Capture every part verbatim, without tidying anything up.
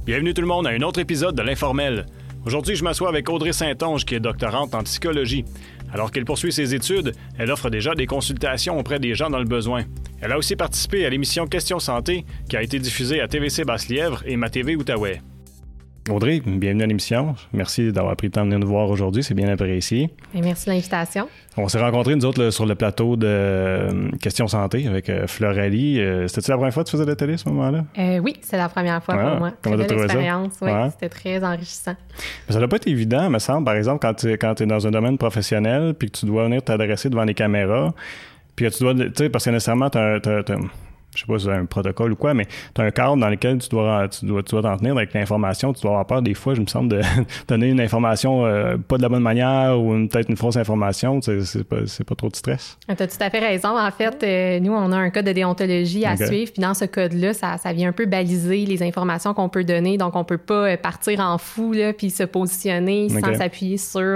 Bienvenue tout le monde à un autre épisode de l'Informel. Aujourd'hui, je m'assois avec Audrey Saint-Onge, qui est doctorante en psychologie. Alors qu'elle poursuit ses études, elle offre déjà des consultations auprès des gens dans le besoin. Elle a aussi participé à l'émission Questions Santé, qui a été diffusée à T V C Basse-Lièvre et MaTV Outaouais. Audrey, bienvenue à l'émission. Merci d'avoir pris le temps de venir nous voir aujourd'hui, c'est bien apprécié. Et merci de l'invitation. On s'est rencontrés, nous autres, là, sur le plateau de euh, Questions Santé avec euh, Floralie. Euh, c'était-tu la première fois que tu faisais de la télé à ce moment-là? Euh, oui, c'est la première fois ah, pour moi. Comment t'as trouvé ça? Oui, ah. C'était très enrichissant. Mais ça doit pas être évident, me semble, par exemple, quand tu quand es dans un domaine professionnel puis que tu dois venir t'adresser devant les caméras, puis que tu dois, tu sais, parce que nécessairement, t'as, t'as, t'as, je sais pas si c'est un protocole ou quoi, mais tu as un cadre dans lequel tu dois, tu dois, tu dois t'en tenir avec l'information. Tu dois avoir peur des fois, je me semble, de donner une information euh, pas de la bonne manière ou une, peut-être une fausse information. C'est, c'est, pas, c'est pas trop de stress. Tu as tout à fait raison. En fait, euh, nous, on a un code de déontologie à okay. suivre. Puis dans ce code-là, ça, ça vient un peu baliser les informations qu'on peut donner. Donc, on peut pas partir en fou là, puis se positionner okay. sans s'appuyer sur euh,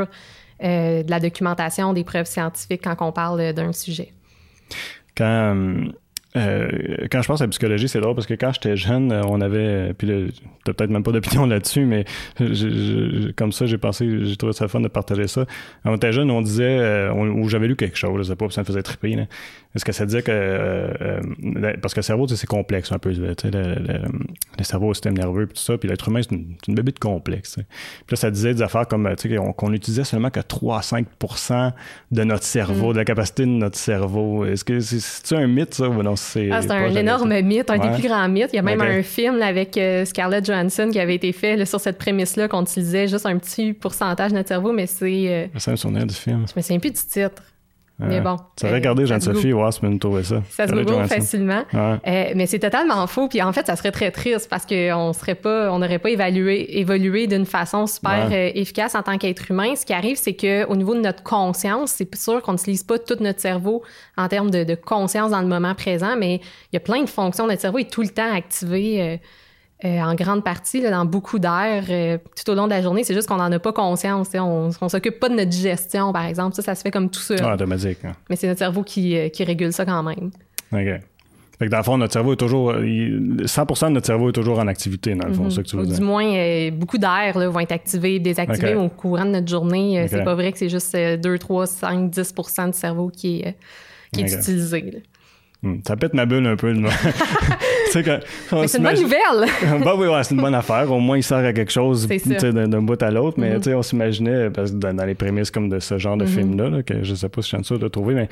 de la documentation, des preuves scientifiques quand on parle d'un sujet. Quand... Hum... Euh, quand je pense à la psychologie, c'est drôle parce que quand j'étais jeune, on avait, puis là, t'as peut-être même pas d'opinion là-dessus, mais je, je, comme ça, j'ai pensé, j'ai trouvé ça fun de partager ça. Quand on était jeune, on disait, euh, on, ou j'avais lu quelque chose, je sais pas, ça me faisait triper, là. Est-ce que ça disait que, euh, euh, parce que le cerveau, c'est complexe un peu, tu sais, le, le, le cerveau, le système nerveux, puis tout ça, puis l'être humain, c'est une, c'est une bébête complexe. T'sais. Puis là, ça disait des affaires comme, tu sais, qu'on, qu'on utilisait seulement que trois à cinq pour cent de notre cerveau, mm. de la capacité de notre cerveau. Est-ce que c'est, c'est un mythe, ça, ou non? C'est, ah, c'est un énorme ça. mythe, un ouais. des plus grands mythes. Il y a même okay. un film là, avec euh, Scarlett Johansson qui avait été fait là, sur cette prémisse-là, qu'on utilisait juste un petit pourcentage de notre cerveau, mais c'est... Euh, c'est un souvenir du film. Je me souviens plus du titre. Ah, mais bon. Tu aurais euh, regardé Jeanne-Sophie, voir si tu peux nous trouver ça. Ça se trouve facilement. Ouais. Euh, mais c'est totalement faux. Puis en fait, ça serait très triste parce qu'on serait pas, on n'aurait pas évalué, évolué d'une façon super ouais. euh, efficace en tant qu'être humain. Ce qui arrive, c'est qu'au niveau de notre conscience, c'est sûr qu'on n'utilise pas tout notre cerveau en termes de, de conscience dans le moment présent, mais il y a plein de fonctions. Notre cerveau est tout le temps activé euh, euh, en grande partie, là, dans beaucoup d'air euh, tout au long de la journée. C'est juste qu'on n'en a pas conscience. On ne s'occupe pas de notre digestion, par exemple. Ça, ça se fait comme tout seul. Ah, automatique. Hein. Mais c'est notre cerveau qui, euh, qui régule ça quand même. OK. Fait que dans le fond, notre cerveau est toujours... cent pour cent de notre cerveau est toujours en activité, dans le fond, mm-hmm. c'est ça que tu veux Ou dire. Du moins, euh, beaucoup d'air là, vont être activés, désactivés okay. au courant de notre journée. Okay. C'est pas vrai que c'est juste euh, deux, trois, cinq, dix pour cent du cerveau qui est, euh, qui est okay. utilisé. Là. Hmm, ça pète ma bulle un peu. c'est que, mais c'est une bonne nouvelle! bah oui, ouais, c'est une bonne affaire. Au moins, il sert à quelque chose d'un, d'un bout à l'autre. Mais mm-hmm. on s'imaginait, parce que dans, dans les prémices comme de ce genre de mm-hmm. film-là, là, que je sais pas si je suis sûr de trouver, mais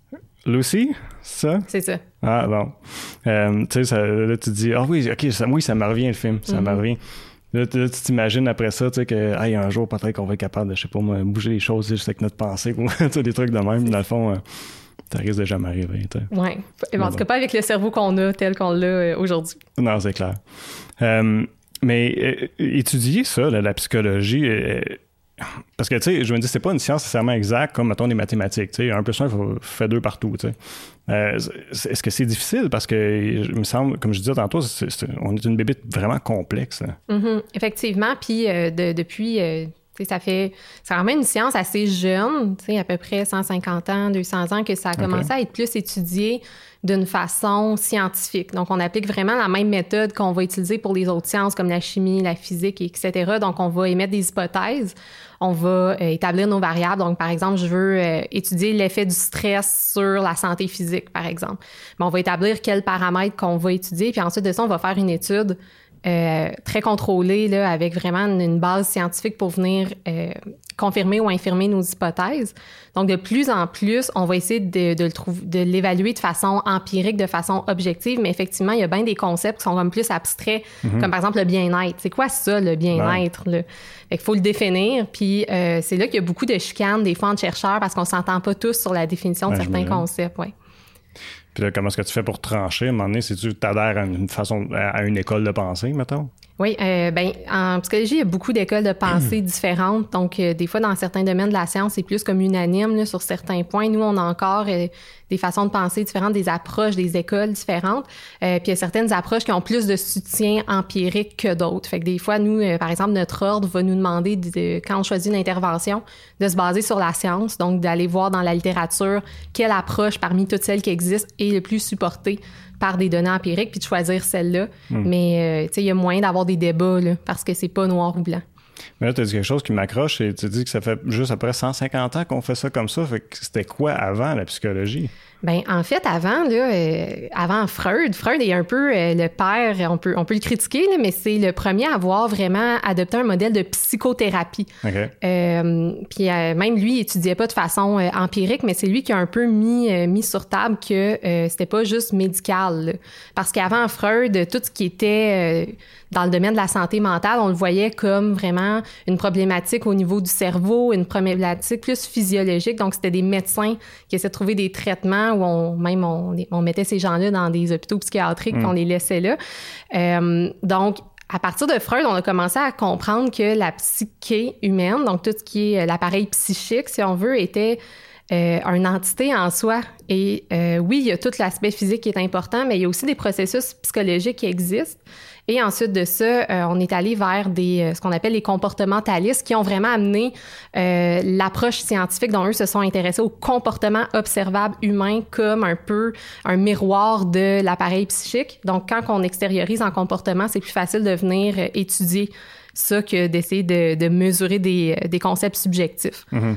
Lucy, c'est ça? C'est ça. Ah bon. Euh, tu sais, ça, là, tu te dis, ah oui, OK, ça, oui, ça me revient le film, ça mm-hmm. me revient. Là, tu, là, tu t'imagines après ça, tu sais, que hey, un jour, peut-être qu'on va être capable de, je sais pas moi, bouger les choses juste avec notre pensée, ou des trucs de même. Dans le fond... Euh, ça risque de jamais arriver. Oui. En tout cas, pas avec le cerveau qu'on a tel qu'on l'a euh, aujourd'hui. Non, c'est clair. Euh, mais euh, étudier ça, là, la psychologie, euh, parce que, tu sais, je me dis, c'est pas une science nécessairement exacte comme, mettons, les mathématiques. Tu sais, un plus un fait deux partout, tu sais. Euh, est-ce que c'est difficile? Parce que, il me semble, comme je disais tantôt, c'est, c'est, on est une bébête vraiment complexe. Mm-hmm. Effectivement. Puis, euh, de, depuis... Euh... Ça fait, c'est vraiment une science assez jeune, à peu près cent cinquante ans, deux cents ans, que ça a commencé okay. à être plus étudié d'une façon scientifique. Donc, on applique vraiment la même méthode qu'on va utiliser pour les autres sciences, comme la chimie, la physique, et cetera. Donc, on va émettre des hypothèses, on va euh, établir nos variables. Donc, par exemple, je veux euh, étudier l'effet du stress sur la santé physique, par exemple. Mais on va établir quels paramètres qu'on va étudier, puis ensuite de ça, on va faire une étude Euh, très contrôlé, là, avec vraiment une, une base scientifique pour venir euh, confirmer ou infirmer nos hypothèses. Donc, de plus en plus, on va essayer de, de, le trouver, de l'évaluer de façon empirique, de façon objective, mais effectivement, il y a bien des concepts qui sont comme plus abstraits, mm-hmm. comme par exemple le bien-être. C'est quoi ça, le bien-être? Ouais. Là? Fait qu'il faut le définir, puis euh, c'est là qu'il y a beaucoup de chicanes, des fois, entre chercheurs, parce qu'on s'entend pas tous sur la définition de ouais, certains concepts, ouais. Puis là, comment est-ce que tu fais pour trancher? À un moment donné, si tu t'adhères à une façon, à une école de pensée, mettons? Oui, euh, ben en psychologie, il y a beaucoup d'écoles de pensée différentes. Donc, euh, des fois, dans certains domaines de la science, c'est plus comme unanime là, sur certains points. Nous, on a encore euh, des façons de penser différentes, des approches, des écoles différentes. Euh, puis, il y a certaines approches qui ont plus de soutien empirique que d'autres. Fait que des fois, nous, euh, par exemple, notre ordre va nous demander, de, de, quand on choisit une intervention, de se baser sur la science. Donc, d'aller voir dans la littérature quelle approche parmi toutes celles qui existent est le plus supportée par des données empiriques puis de choisir celle-là. Mm. Mais, euh, tu sais, il y a moyen d'avoir des débats, là, parce que c'est pas noir ou blanc. Mais là, tu as dit quelque chose qui m'accroche et tu dis que ça fait juste à peu près cent cinquante ans qu'on fait ça comme ça. Fait que c'était quoi avant la psychologie? Ben en fait, avant, là, euh, avant Freud, Freud est un peu euh, le père, on peut, on peut le critiquer, là, mais c'est le premier à avoir vraiment adopté un modèle de psychothérapie. Okay. Euh, puis euh, même lui, il étudiait pas de façon euh, empirique, mais c'est lui qui a un peu mis, euh, mis sur table que euh, c'était pas juste médical. Là. Parce qu'avant Freud, tout ce qui était euh, dans le domaine de la santé mentale, on le voyait comme vraiment une problématique au niveau du cerveau, une problématique plus physiologique. Donc, c'était des médecins qui essaient de trouver des traitements où on, même on, on mettait ces gens-là dans des hôpitaux psychiatriques mmh. puis on les laissait là. Euh, donc, à partir de Freud, on a commencé à comprendre que la psyché humaine, donc tout ce qui est l'appareil psychique, si on veut, était euh, une entité en soi. Et euh, oui, il y a tout l'aspect physique qui est important, mais il y a aussi des processus psychologiques qui existent. Et ensuite de ça, euh, on est allé vers des, euh, ce qu'on appelle les comportementalistes qui ont vraiment amené euh, l'approche scientifique dont eux se sont intéressés au comportement observable humain comme un peu un miroir de l'appareil psychique. Donc, quand on extériorise en comportement, c'est plus facile de venir euh, étudier ça que d'essayer de, de mesurer des, des concepts subjectifs. Mm-hmm.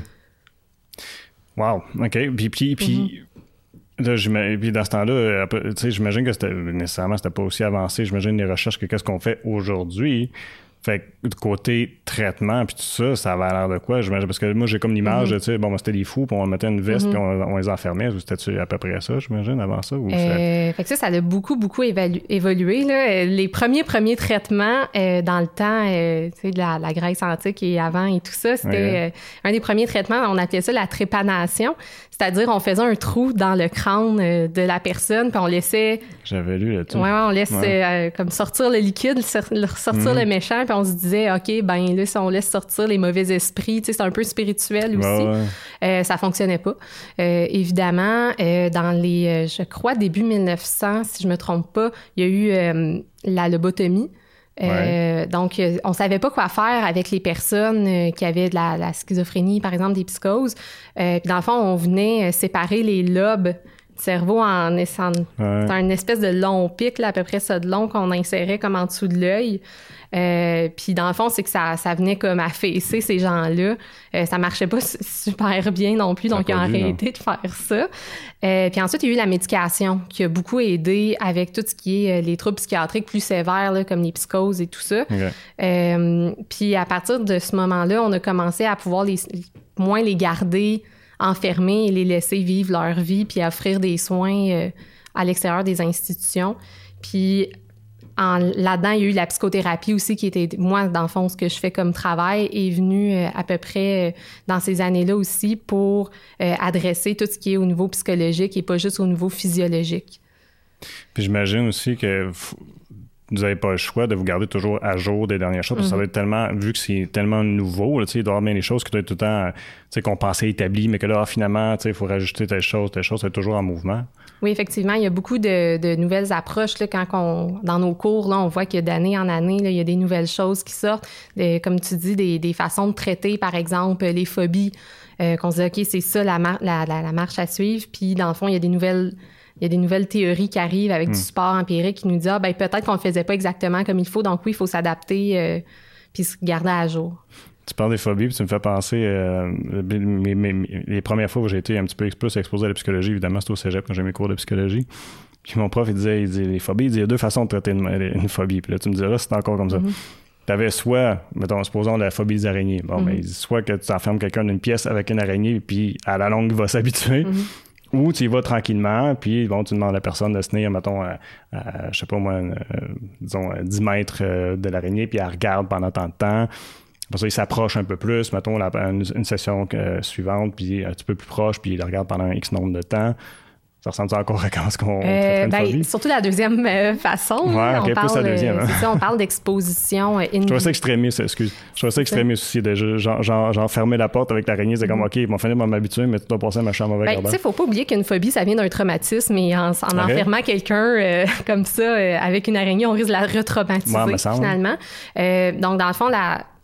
Wow, OK. Puis, puis, puis mm-hmm. Là, puis dans ce temps-là, tu sais, j'imagine que c'était nécessairement c'était pas aussi avancé. J'imagine les recherches que qu'est-ce qu'on fait aujourd'hui. Fait que du côté traitement puis tout ça, ça avait l'air de quoi? J'imagine, parce que moi, j'ai comme l'image, mm-hmm. tu sais, bon, ben, c'était des fous, puis on mettait une veste, mm-hmm. puis on, on les enfermait. C'était à peu près ça, j'imagine, avant ça? Ou euh, fait que ça, ça a beaucoup, beaucoup évalu- évolué. Là. Les premiers, premiers traitements euh, dans le temps, euh, tu sais, de la, la Grèce antique et avant et tout ça, c'était okay. euh, un des premiers traitements, on appelait ça la trépanation. C'est-à-dire, on faisait un trou dans le crâne euh, de la personne, puis on laissait... J'avais lu là-dessus. Ouais, ouais, on laisse ouais. euh, comme sortir le liquide, sortir mm-hmm. le méchant, puis on se disait, OK, ben là, si on laisse sortir les mauvais esprits, tu sais, c'est un peu spirituel aussi. Ouais, ouais. Euh, ça fonctionnait pas. Euh, évidemment, euh, dans les, euh, je crois, début mille neuf cents, si je me trompe pas, il y a eu euh, la lobotomie. Euh, ouais. Donc, euh, on savait pas quoi faire avec les personnes euh, qui avaient de la, la schizophrénie, par exemple, des psychoses. Euh, puis dans le fond, on venait euh, séparer les lobes du cerveau en, en, ouais. en une espèce de long pic, là, à peu près ça de long, qu'on insérait comme en dessous de l'œil. Euh, puis dans le fond, c'est que ça, ça venait comme affaisser ces gens-là. Euh, ça marchait pas super bien non plus, donc ils ont arrêté non. de faire ça. Euh, puis ensuite, il y a eu la médication qui a beaucoup aidé avec tout ce qui est les troubles psychiatriques plus sévères, là, comme les psychoses et tout ça. Okay. Euh, puis à partir de ce moment-là, on a commencé à pouvoir les, moins les garder enfermés et les laisser vivre leur vie puis offrir des soins euh, à l'extérieur des institutions. Puis En, là-dedans, il y a eu la psychothérapie aussi qui était, moi, dans le fond, ce que je fais comme travail est venu euh, à peu près euh, dans ces années-là aussi pour euh, adresser tout ce qui est au niveau psychologique et pas juste au niveau physiologique. Puis j'imagine aussi que f- vous n'avez pas le choix de vous garder toujours à jour des dernières choses, parce que mm-hmm. ça va être tellement, vu que c'est tellement nouveau, là, il doit y avoir bien des choses qui doivent être tout le temps, qu'on pensait établies, mais que là, finalement, il faut rajouter telle chose, telle chose, c'est toujours en mouvement. Oui, effectivement, il y a beaucoup de, de nouvelles approches. Là, quand on, dans nos cours, là, on voit que d'année en année, là, il y a des nouvelles choses qui sortent. Des, comme tu dis, des, des façons de traiter, par exemple, les phobies, euh, qu'on se dit, OK, c'est ça la, mar- la, la, la marche à suivre. Puis, dans le fond, il y a des nouvelles... Il y a des nouvelles théories qui arrivent avec mmh. du support empirique qui nous dit ah, ben peut-être qu'on ne le faisait pas exactement comme il faut, donc oui, il faut s'adapter euh, puis se garder à jour. Tu parles des phobies, puis tu me fais penser euh, mes, mes, mes, les premières fois où j'ai été un petit peu plus exposé à la psychologie, évidemment, c'était au cégep quand j'ai mes cours de psychologie. Puis mon prof, il disait, il dit, les phobies, il dit, il y a deux façons de traiter une, une phobie. Puis là, tu me disais, là, c'est encore comme ça. Mmh. Tu avais soit, mettons, supposons la phobie des araignées. Bon, mmh. ben, il dit, soit que tu enfermes quelqu'un dans une pièce avec une araignée, puis à la longue, il va s'habituer. Mmh. Ou tu y vas tranquillement, puis bon, tu demandes à la personne de se tenir, mettons, à, à je sais pas moi, euh, disons, dix mètres euh, de l'araignée, puis elle regarde pendant tant de temps. Après ça, il s'approche un peu plus, mettons, la, une, une session euh, suivante, puis un petit peu plus proche, puis il regarde pendant X nombre de temps. Ça ressemble encore à quand ce qu'on euh, ben, surtout la deuxième euh, façon. Ouais, okay, on parle, plus la deuxième. Hein. C'est ça, on parle d'exposition. Euh, je trouvais ça extrémiste, excuse. Je trouvais ça extrémiste aussi. De, genre, genre, genre fermer la porte avec l'araignée, c'est mm. comme, OK, ils vont finir par m'habituer, mais tu dois passer à ma chambre avec. Ben, tu sais, faut pas oublier qu'une phobie, ça vient d'un traumatisme, et en, en okay. enfermant quelqu'un euh, comme ça, euh, avec une araignée, on risque de la retraumatiser, ouais, finalement. Euh, donc, dans le fond, la...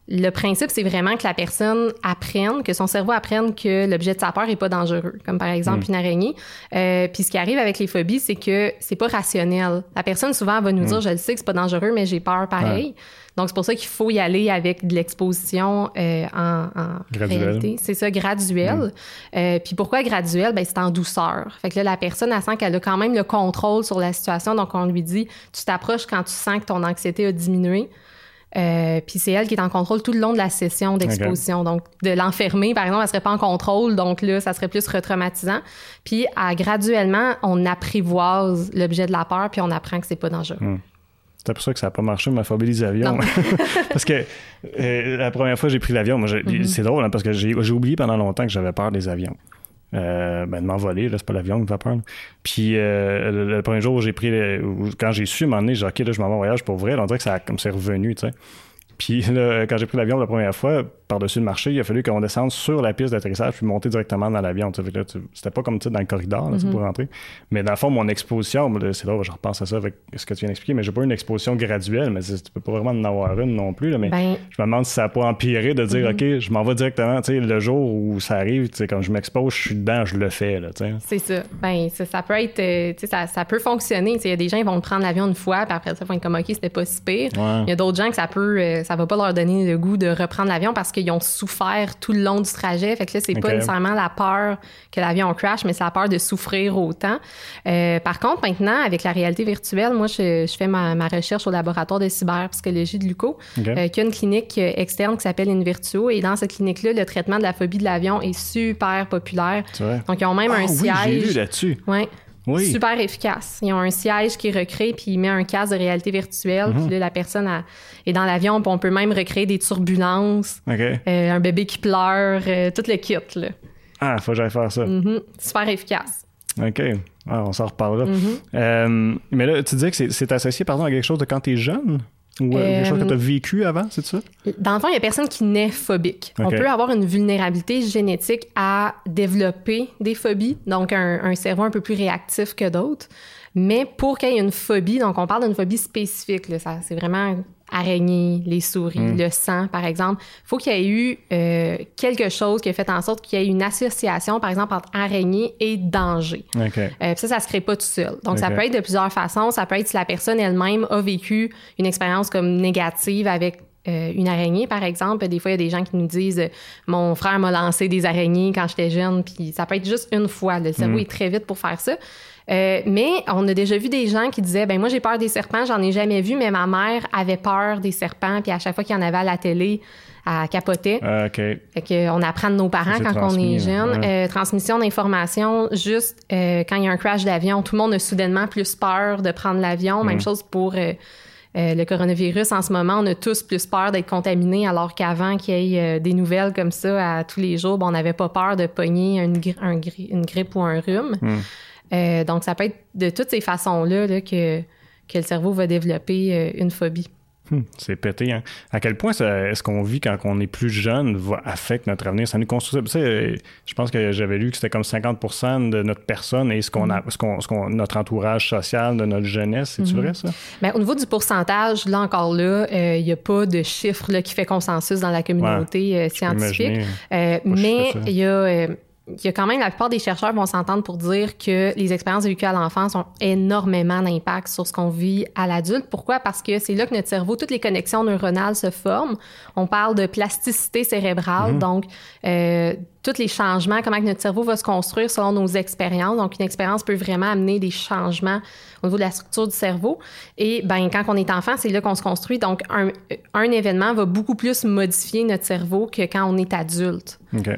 le principe, c'est vraiment que la personne apprenne, que son cerveau apprenne que l'objet de sa peur est pas dangereux, comme par exemple mmh. une araignée. Euh, puis ce qui arrive avec les phobies, c'est que c'est pas rationnel. La personne, souvent, va nous mmh. dire « je le sais que c'est pas dangereux, mais j'ai peur pareil ouais. ». Donc, c'est pour ça qu'il faut y aller avec de l'exposition euh, en, en réalité. C'est ça, graduel. Mmh. Euh, puis pourquoi graduel? Ben, c'est en douceur. Fait que là, la personne, elle sent qu'elle a quand même le contrôle sur la situation. Donc, on lui dit, tu t'approches quand tu sens que ton anxiété a diminué. Euh, puis c'est elle qui est en contrôle tout le long de la session d'exposition. Okay. Donc, de l'enfermer, par exemple, elle serait pas en contrôle. Donc là, ça serait plus retraumatisant. Puis, à, graduellement, on apprivoise l'objet de la peur puis on apprend que c'est pas dangereux. Mmh. C'est pour ça que ça n'a pas marché, ma phobie des avions. Parce que euh, la première fois que j'ai pris l'avion, moi, j'ai, mm-hmm. c'est drôle, hein, parce que j'ai, j'ai oublié pendant longtemps que j'avais peur des avions. Euh, ben, de m'envoler, là, c'est pas l'avion qui me fait peur. Là. Puis euh, le, le premier jour où j'ai pris, le, où, quand j'ai su, à un moment donné, j'ai dit, OK, là, je m'en vais en voyage pour vrai. Là, on dirait que ça a, comme c'est revenu, tu sais. Puis là, quand j'ai pris l'avion la première fois, par-dessus le marché, il a fallu qu'on descende sur la piste d'atterrissage puis monter directement dans l'avion. Tu sais, là, tu, c'était pas comme tu sais, dans le corridor là, mm-hmm. pour rentrer. Mais dans le fond, mon exposition, c'est là où je repense à ça avec ce que tu viens d'expliquer, mais j'ai pas une exposition graduelle, mais tu peux pas vraiment en avoir une non plus. Là, mais ben... je me demande si ça n'a pas empiré de dire mm-hmm. OK, je m'en vais directement. Tu sais, le jour où ça arrive, tu sais, quand je m'expose, je suis dedans, je le fais. Là, tu sais. C'est ça. Ben, ça, ça peut être, euh, tu sais, ça, ça peut fonctionner. Il y a des gens qui vont prendre l'avion une fois, puis après ça, ils vont être comme OK, c'était pas si pire. Il ouais. y a d'autres gens que ça peut, euh, ça va pas leur donner le goût de reprendre l'avion parce qu'ils ont souffert tout le long du trajet. Fait que là, c'est okay. pas nécessairement la peur que l'avion crash, mais c'est la peur de souffrir autant. Euh, par contre, maintenant, avec la réalité virtuelle, moi, je, je fais ma, ma recherche au laboratoire de cyberpsychologie de l'U Q O, okay. euh, qui a une clinique externe qui s'appelle InVirtuo. Et dans cette clinique-là, le traitement de la phobie de l'avion est super populaire. Donc, ils ont même ah, un oui, siège. J'ai lu là-dessus. Ouais. Oui. Super efficace. Ils ont un siège qui recrée, puis il met un casque de réalité virtuelle. Mm-hmm. Puis là, la personne a, est dans l'avion, puis on peut même recréer des turbulences, okay. euh, un bébé qui pleure, euh, tout le kit. Là. Ah, faut que j'aille faire ça. Mm-hmm. Super efficace. OK. Ah, on s'en reparlera. Mm-hmm. Euh, mais là, tu disais que c'est, c'est associé, pardon, à quelque chose de quand t'es jeune? Ou euh, quelque chose que tu as vécu avant, c'est ça? Dans le fond, il n'y a personne qui naît phobique. Okay. On peut avoir une vulnérabilité génétique à développer des phobies, donc un, un cerveau un peu plus réactif que d'autres. Mais pour qu'il y ait une phobie, donc on parle d'une phobie spécifique, là, ça, c'est vraiment araignées, les souris, mm. le sang, par exemple. Il faut qu'il y ait eu euh, quelque chose qui a fait en sorte qu'il y ait une association, par exemple, entre araignée et danger. Okay. Euh, ça, ça ne se crée pas tout seul. Donc, okay. ça peut être de plusieurs façons. Ça peut être si la personne elle-même a vécu une expérience comme négative avec euh, une araignée, par exemple. Des fois, il y a des gens qui nous disent « Mon frère m'a lancé des araignées quand j'étais jeune. » Puis ça peut être juste une fois. Le cerveau mm. est très vite pour faire ça. Euh, mais on a déjà vu des gens qui disaient ben moi j'ai peur des serpents, j'en ai jamais vu, mais ma mère avait peur des serpents, puis à chaque fois qu'il y en avait à la télé, elle capotait. Ah, OK. Fait qu'on apprend de nos parents c'est quand on est jeune. Ouais. Euh, transmission d'informations, juste euh, quand il y a un crash d'avion, tout le monde a soudainement plus peur de prendre l'avion. Mm. Même chose pour euh, euh, le coronavirus. En ce moment, on a tous plus peur d'être contaminés, alors qu'avant qu'il y ait euh, des nouvelles comme ça à tous les jours, bon, on n'avait pas peur de pogner une, gri- un gri- une grippe ou un rhume. Mm. Euh, donc, ça peut être de toutes ces façons-là là, que, que le cerveau va développer euh, une phobie. Hum, c'est pété, hein? À quel point ça, est-ce qu'on vit quand on est plus jeune va affecter notre avenir? Ça nous construit. Tu sais, je pense que j'avais lu que c'était comme cinquante pour cent de notre personne et ce qu'on a, ce qu'on, ce qu'on, notre entourage social de notre jeunesse. C'est-tu mm-hmm. vrai, ça? Bien, au niveau du pourcentage, là encore là, il euh, n'y a pas de chiffre là, qui fait consensus dans la communauté ouais, euh, scientifique. Euh, mais il y a... Euh, Il y a quand même, la plupart des chercheurs vont s'entendre pour dire que les expériences vécues à l'enfance ont énormément d'impact sur ce qu'on vit à l'adulte. Pourquoi? Parce que c'est là que notre cerveau, toutes les connexions neuronales se forment. On parle de plasticité cérébrale, mmh. donc euh, tous les changements, comment que notre cerveau va se construire selon nos expériences. Donc, une expérience peut vraiment amener des changements au niveau de la structure du cerveau. Et ben quand on est enfant, c'est là qu'on se construit. Donc, un, un événement va beaucoup plus modifier notre cerveau que quand on est adulte. OK.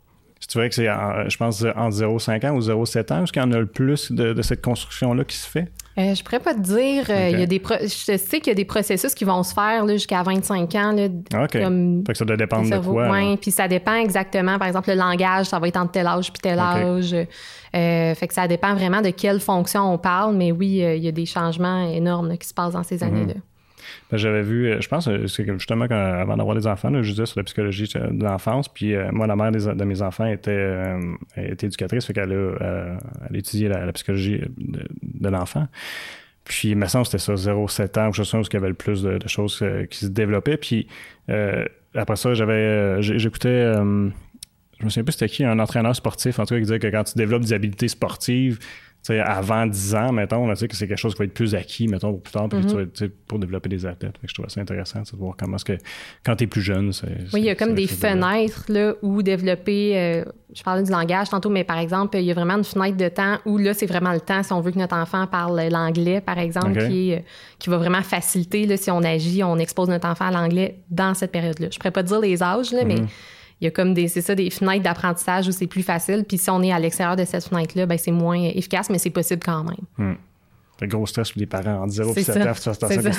Tu vois que c'est, en, je pense, entre zéro virgule cinq ans ou zéro virgule sept ans, est-ce qu'il y en a le plus de, de cette construction-là qui se fait? Euh, je pourrais pas te dire. Euh, okay. il y a des pro- je sais qu'il y a des processus qui vont se faire là, jusqu'à vingt-cinq ans. Là, OK. Comme fait que ça doit dépendre de quoi. Oui, puis ça dépend exactement. Par exemple, le langage, ça va être entre tel âge puis tel âge. Okay. Euh, fait que ça dépend vraiment de quelle fonction on parle. Mais oui, euh, il y a des changements énormes là, qui se passent dans ces années-là. Mm-hmm. Ben, j'avais vu, je pense, c'est que justement, quand, avant d'avoir des enfants, là, je disais sur la psychologie de l'enfance, puis euh, moi, la mère des, de mes enfants était, euh, était éducatrice, fait qu'elle a, euh, elle a étudié la, la psychologie de, de l'enfant. Puis, il me semble que c'était ça, zéro sept ans, quelque chose où il y avait le plus de, de choses euh, qui se développaient. Puis, euh, après ça, j'avais, euh, j'écoutais, euh, je me souviens plus c'était qui, un entraîneur sportif, en tout cas, qui disait que quand tu développes des habiletés sportives, t'sais, avant dix ans, mettons, là, que c'est quelque chose qui va être plus acquis, mettons, pour plus tard, puis mm-hmm. tu vas, pour développer des athlètes. Fait que je trouve ça intéressant de voir comment est-ce que, quand t'es plus jeune, c'est... Oui, c'est, il y a comme des fenêtres, là, où développer... Euh, je parlais du langage tantôt, mais par exemple, il y a vraiment une fenêtre de temps où, là, c'est vraiment le temps, si on veut que notre enfant parle l'anglais, par exemple, okay. qui, est, qui va vraiment faciliter, là, si on agit, on expose notre enfant à l'anglais dans cette période-là. Je pourrais pas te dire les âges, là, mm-hmm. mais... Il y a comme des, c'est ça, des fenêtres d'apprentissage où c'est plus facile. Puis si on est à l'extérieur de cette fenêtre-là, ben c'est moins efficace, mais c'est possible quand même. Hum. Le gros stress pour les parents en zéro puis sept ans, tu fais ça, ça.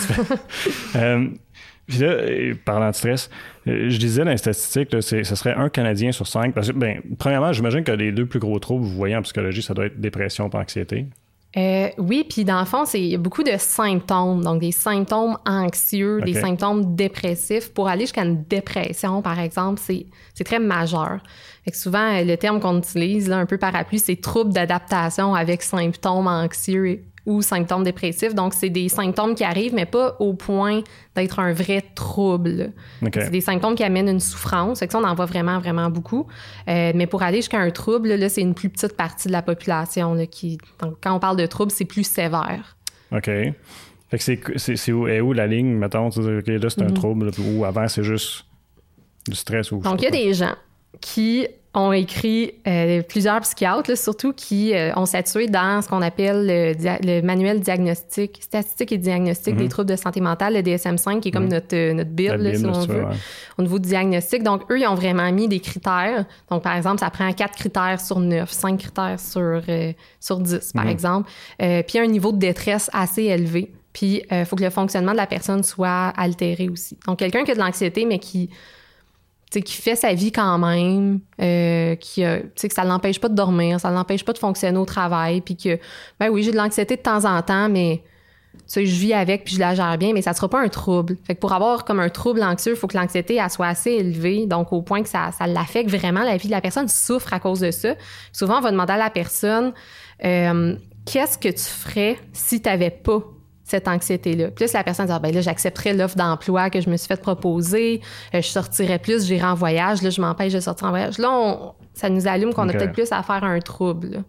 euh, Puis là, parlant de stress, je disais dans les statistiques, là, c'est, ce serait un Canadien sur cinq. Parce que, ben, premièrement, j'imagine que les deux plus gros troubles, vous voyez en psychologie, ça doit être dépression et anxiété. Euh, oui, puis dans le fond, c'est, il y a beaucoup de symptômes, donc des symptômes anxieux, okay. des symptômes dépressifs. Pour aller jusqu'à une dépression, par exemple, c'est, c'est très majeur. Fait que souvent, le terme qu'on utilise, là, un peu parapluie, c'est trouble d'adaptation avec symptômes anxieux ou symptômes dépressifs. Donc, c'est des symptômes qui arrivent, mais pas au point d'être un vrai trouble. Okay. C'est des symptômes qui amènent une souffrance. Fait que ça, on en voit vraiment, vraiment beaucoup. Euh, mais pour aller jusqu'à un trouble, là, c'est une plus petite partie de la population. Là, qui, donc, quand on parle de trouble, c'est plus sévère. OK. Fait que c'est, c'est, c'est où, est où la ligne, mettons? Tu dis, OK, là, c'est un mm-hmm. trouble. Ou avant, c'est juste du stress. Ou donc, il y a des gens qui ont écrit euh, plusieurs psychiatres, là, surtout qui euh, ont statué dans ce qu'on appelle le, dia- le manuel diagnostique, statistique et diagnostic mm-hmm. des troubles de santé mentale, le D S M cinq, qui est comme mm-hmm. notre, euh, notre bible, là, si on veut, ouais. au niveau du diagnostic. Donc, eux, ils ont vraiment mis des critères. Donc, par exemple, ça prend quatre critères sur neuf, cinq critères sur, euh, sur dix, par mm-hmm. exemple. Euh, puis, un niveau de détresse assez élevé. Puis, il euh, faut que le fonctionnement de la personne soit altéré aussi. Donc, quelqu'un qui a de l'anxiété, mais qui... T'sais, qui fait sa vie quand même, euh, qui a, que ça ne l'empêche pas de dormir, ça ne l'empêche pas de fonctionner au travail, puis que, ben oui, j'ai de l'anxiété de temps en temps, mais je vis avec puis je la gère bien, mais ça ne sera pas un trouble. Fait que pour avoir comme un trouble anxieux, il faut que l'anxiété elle soit assez élevée, donc au point que ça, ça l'affecte vraiment, la vie de la personne souffre à cause de ça. Souvent, on va demander à la personne, euh, qu'est-ce que tu ferais si tu n'avais pas cette anxiété-là. Puis là, si la personne dit ah, « ben là, j'accepterais l'offre d'emploi que je me suis fait proposer, euh, je sortirais plus, j'irais en voyage, là, je m'empêche de sortir en voyage. » Là, on, ça nous allume qu'on okay. a peut-être plus à faire un trouble. Là.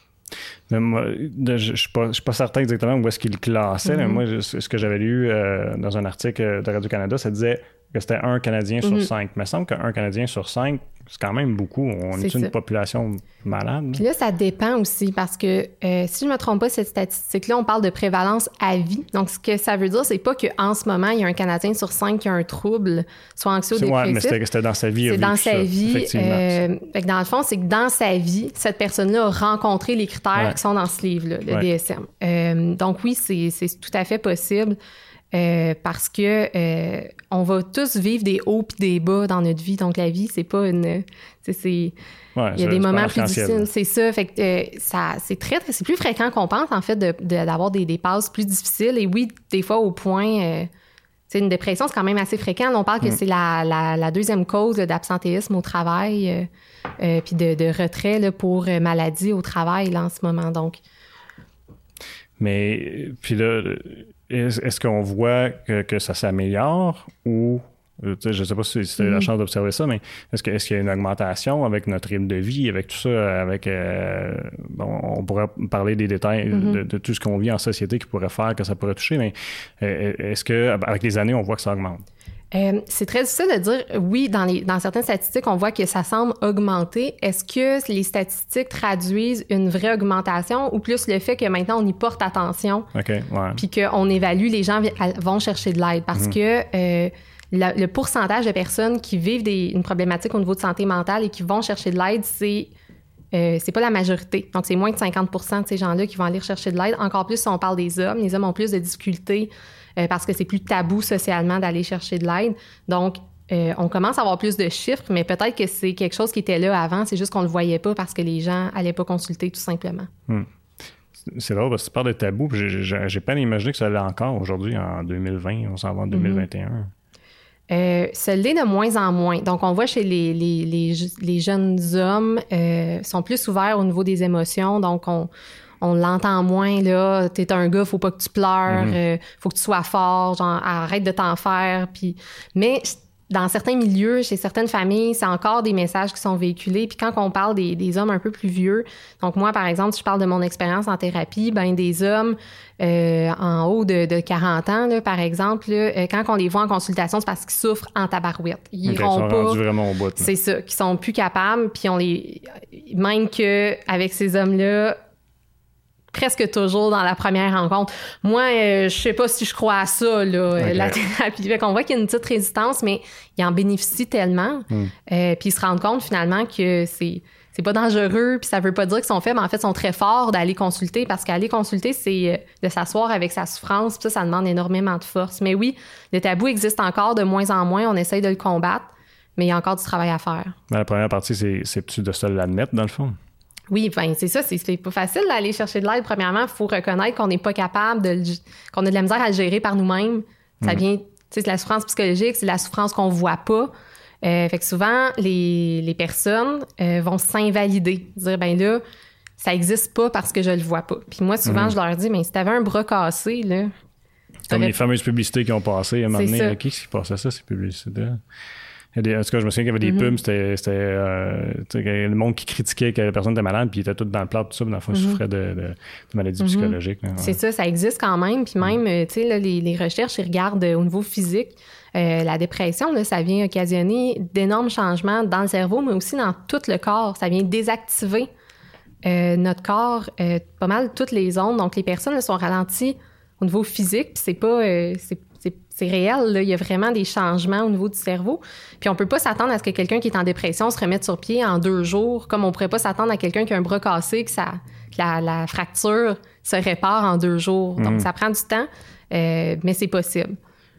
Mais moi, je ne suis pas, pas certain exactement où est-ce qu'il classait. Mm-hmm. Mais moi, je, ce que j'avais lu euh, dans un article de Radio-Canada, ça disait que c'était un Canadien mm-hmm. sur cinq. Il me semble qu'un Canadien sur cinq, c'est quand même beaucoup. On c'est est une population malade. Puis là, ça dépend aussi parce que euh, si je ne me trompe pas, cette statistique-là, on parle de prévalence à vie. Donc, ce que ça veut dire, c'est pas qu'en ce moment, il y a un Canadien sur cinq qui a un trouble, soit anxieux ou dépressif. Oui, mais c'était, c'était dans sa vie. C'est dans sa ça, vie. Euh, fait que dans le fond, c'est que dans sa vie, cette personne-là a rencontré les critères ouais. qui sont dans ce livre-là, le ouais. D S M. Euh, donc oui, c'est, c'est tout à fait possible. Euh, parce que euh, on va tous vivre des hauts puis des bas dans notre vie. Donc la vie, c'est pas une, c'est, c'est ouais, il y a des moments plus difficiles, c'est ça. Fait que euh, ça, c'est très, très, c'est plus fréquent qu'on pense en fait de, de, d'avoir des, des passes plus difficiles. Et oui, des fois au point, euh, c'est une dépression, c'est quand même assez fréquent. Là, on parle que mm. c'est la, la, la deuxième cause là, d'absentéisme au travail, euh, euh, puis de, de retrait là, pour euh, maladie au travail là, en ce moment. Donc. Mais puis là. Est-ce qu'on voit que, que ça s'améliore ou, je ne sais pas si tu as eu la chance d'observer ça, mais est-ce, que, est-ce qu'il y a une augmentation avec notre rythme de vie, avec tout ça, avec, euh, bon, on pourrait parler des détails mm-hmm. de, de tout ce qu'on vit en société qui pourrait faire que ça pourrait toucher, mais est-ce qu'avec les années, on voit que ça augmente? Euh, c'est très difficile de dire, oui, dans, les, dans certaines statistiques, on voit que ça semble augmenter. Est-ce que les statistiques traduisent une vraie augmentation ou plus le fait que maintenant, on y porte attention okay, ouais. puis qu'on évalue, les gens vont chercher de l'aide? Parce mm-hmm. que euh, la, le pourcentage de personnes qui vivent des, une problématique au niveau de santé mentale et qui vont chercher de l'aide, c'est... Euh, c'est pas la majorité. Donc, c'est moins de cinquante pour cent de ces gens-là qui vont aller chercher de l'aide. Encore plus si on parle des hommes. Les hommes ont plus de difficultés euh, parce que c'est plus tabou socialement d'aller chercher de l'aide. Donc, euh, on commence à avoir plus de chiffres, mais peut-être que c'est quelque chose qui était là avant. C'est juste qu'on le voyait pas parce que les gens allaient pas consulter, tout simplement. Hmm. C'est drôle parce que tu parles de tabou. J'ai, j'ai, j'ai pas imaginé que ça allait encore aujourd'hui, en deux mille vingt. On s'en va en deux mille vingt et un. Mm-hmm. Euh, ça l'est de moins en moins. Donc, on voit chez les, les, les, les jeunes hommes, euh, sont plus ouverts au niveau des émotions. Donc, on, on l'entend moins, là, t'es un gars, faut pas que tu pleures, Mm-hmm. euh, faut que tu sois fort, genre, arrête de t'en faire. Puis, mais dans certains milieux, chez certaines familles, c'est encore des messages qui sont véhiculés. Puis quand on parle des, des hommes un peu plus vieux, donc moi, par exemple, si je parle de mon expérience en thérapie, ben des hommes euh, en haut de, de quarante ans, là, par exemple, là, quand on les voit en consultation, c'est parce qu'ils souffrent en tabarouette. Ils okay, iront sont pas. rendus vraiment au bout. C'est ça, qu'ils sont plus capables. Puis on les, même que avec ces hommes-là, presque toujours dans la première rencontre. Moi, euh, je sais pas si je crois à ça, là, okay. la thérapie. Fait qu'on voit qu'il y a une petite résistance, mais ils en bénéficient tellement. Mm. Euh, puis ils se rendent compte finalement que c'est c'est pas dangereux, puis ça veut pas dire qu'ils sont faibles. En fait, ils sont très forts d'aller consulter, parce qu'aller consulter, c'est de s'asseoir avec sa souffrance, puis ça, ça demande énormément de force. Mais oui, le tabou existe encore de moins en moins. On essaye de le combattre, mais il y a encore du travail à faire. Mais la première partie, c'est, c'est-tu de se l'admettre, dans le fond? Oui, ben c'est ça, c'est, c'est pas facile d'aller chercher de l'aide. Premièrement, il faut reconnaître qu'on n'est pas capable de le, qu'on a de la misère à le gérer par nous-mêmes. Ça vient, tu sais, c'est la souffrance psychologique, c'est la souffrance qu'on voit pas. Euh, fait que souvent, les, les personnes euh, vont s'invalider, dire ben là, ça existe pas parce que je le vois pas. Puis moi, souvent, mm-hmm. je leur dis, mais si t'avais un bras cassé, là. Comme les fameuses publicités qui ont passé à un moment donné. Là, qui qui passait ça, ces publicités-là? Il y a des, en tout cas, je me souviens qu'il y avait des mm-hmm. pubs, c'était, c'était euh, le monde qui critiquait que la personne était malade, puis il était tout dans le plat, tout ça, mais dans le fond, il mm-hmm. souffrait de, de, de maladies mm-hmm. psychologiques. Là, ouais. C'est ça, ça existe quand même. Puis même, mm-hmm. tu sais, là, les, les recherches, ils regardent au niveau physique. Euh, la dépression, là, ça vient occasionner d'énormes changements dans le cerveau, mais aussi dans tout le corps. Ça vient désactiver euh, notre corps, euh, pas mal toutes les ondes. Donc, les personnes là, sont ralenties au niveau physique, puis c'est pas... Euh, c'est, c'est, c'est réel, là. Il y a vraiment des changements au niveau du cerveau. Puis on peut pas s'attendre à ce que quelqu'un qui est en dépression se remette sur pied en deux jours, comme on pourrait pas s'attendre à quelqu'un qui a un bras cassé, que, ça, que la, la fracture se répare en deux jours. Donc, mmh. ça prend du temps, euh, mais c'est possible.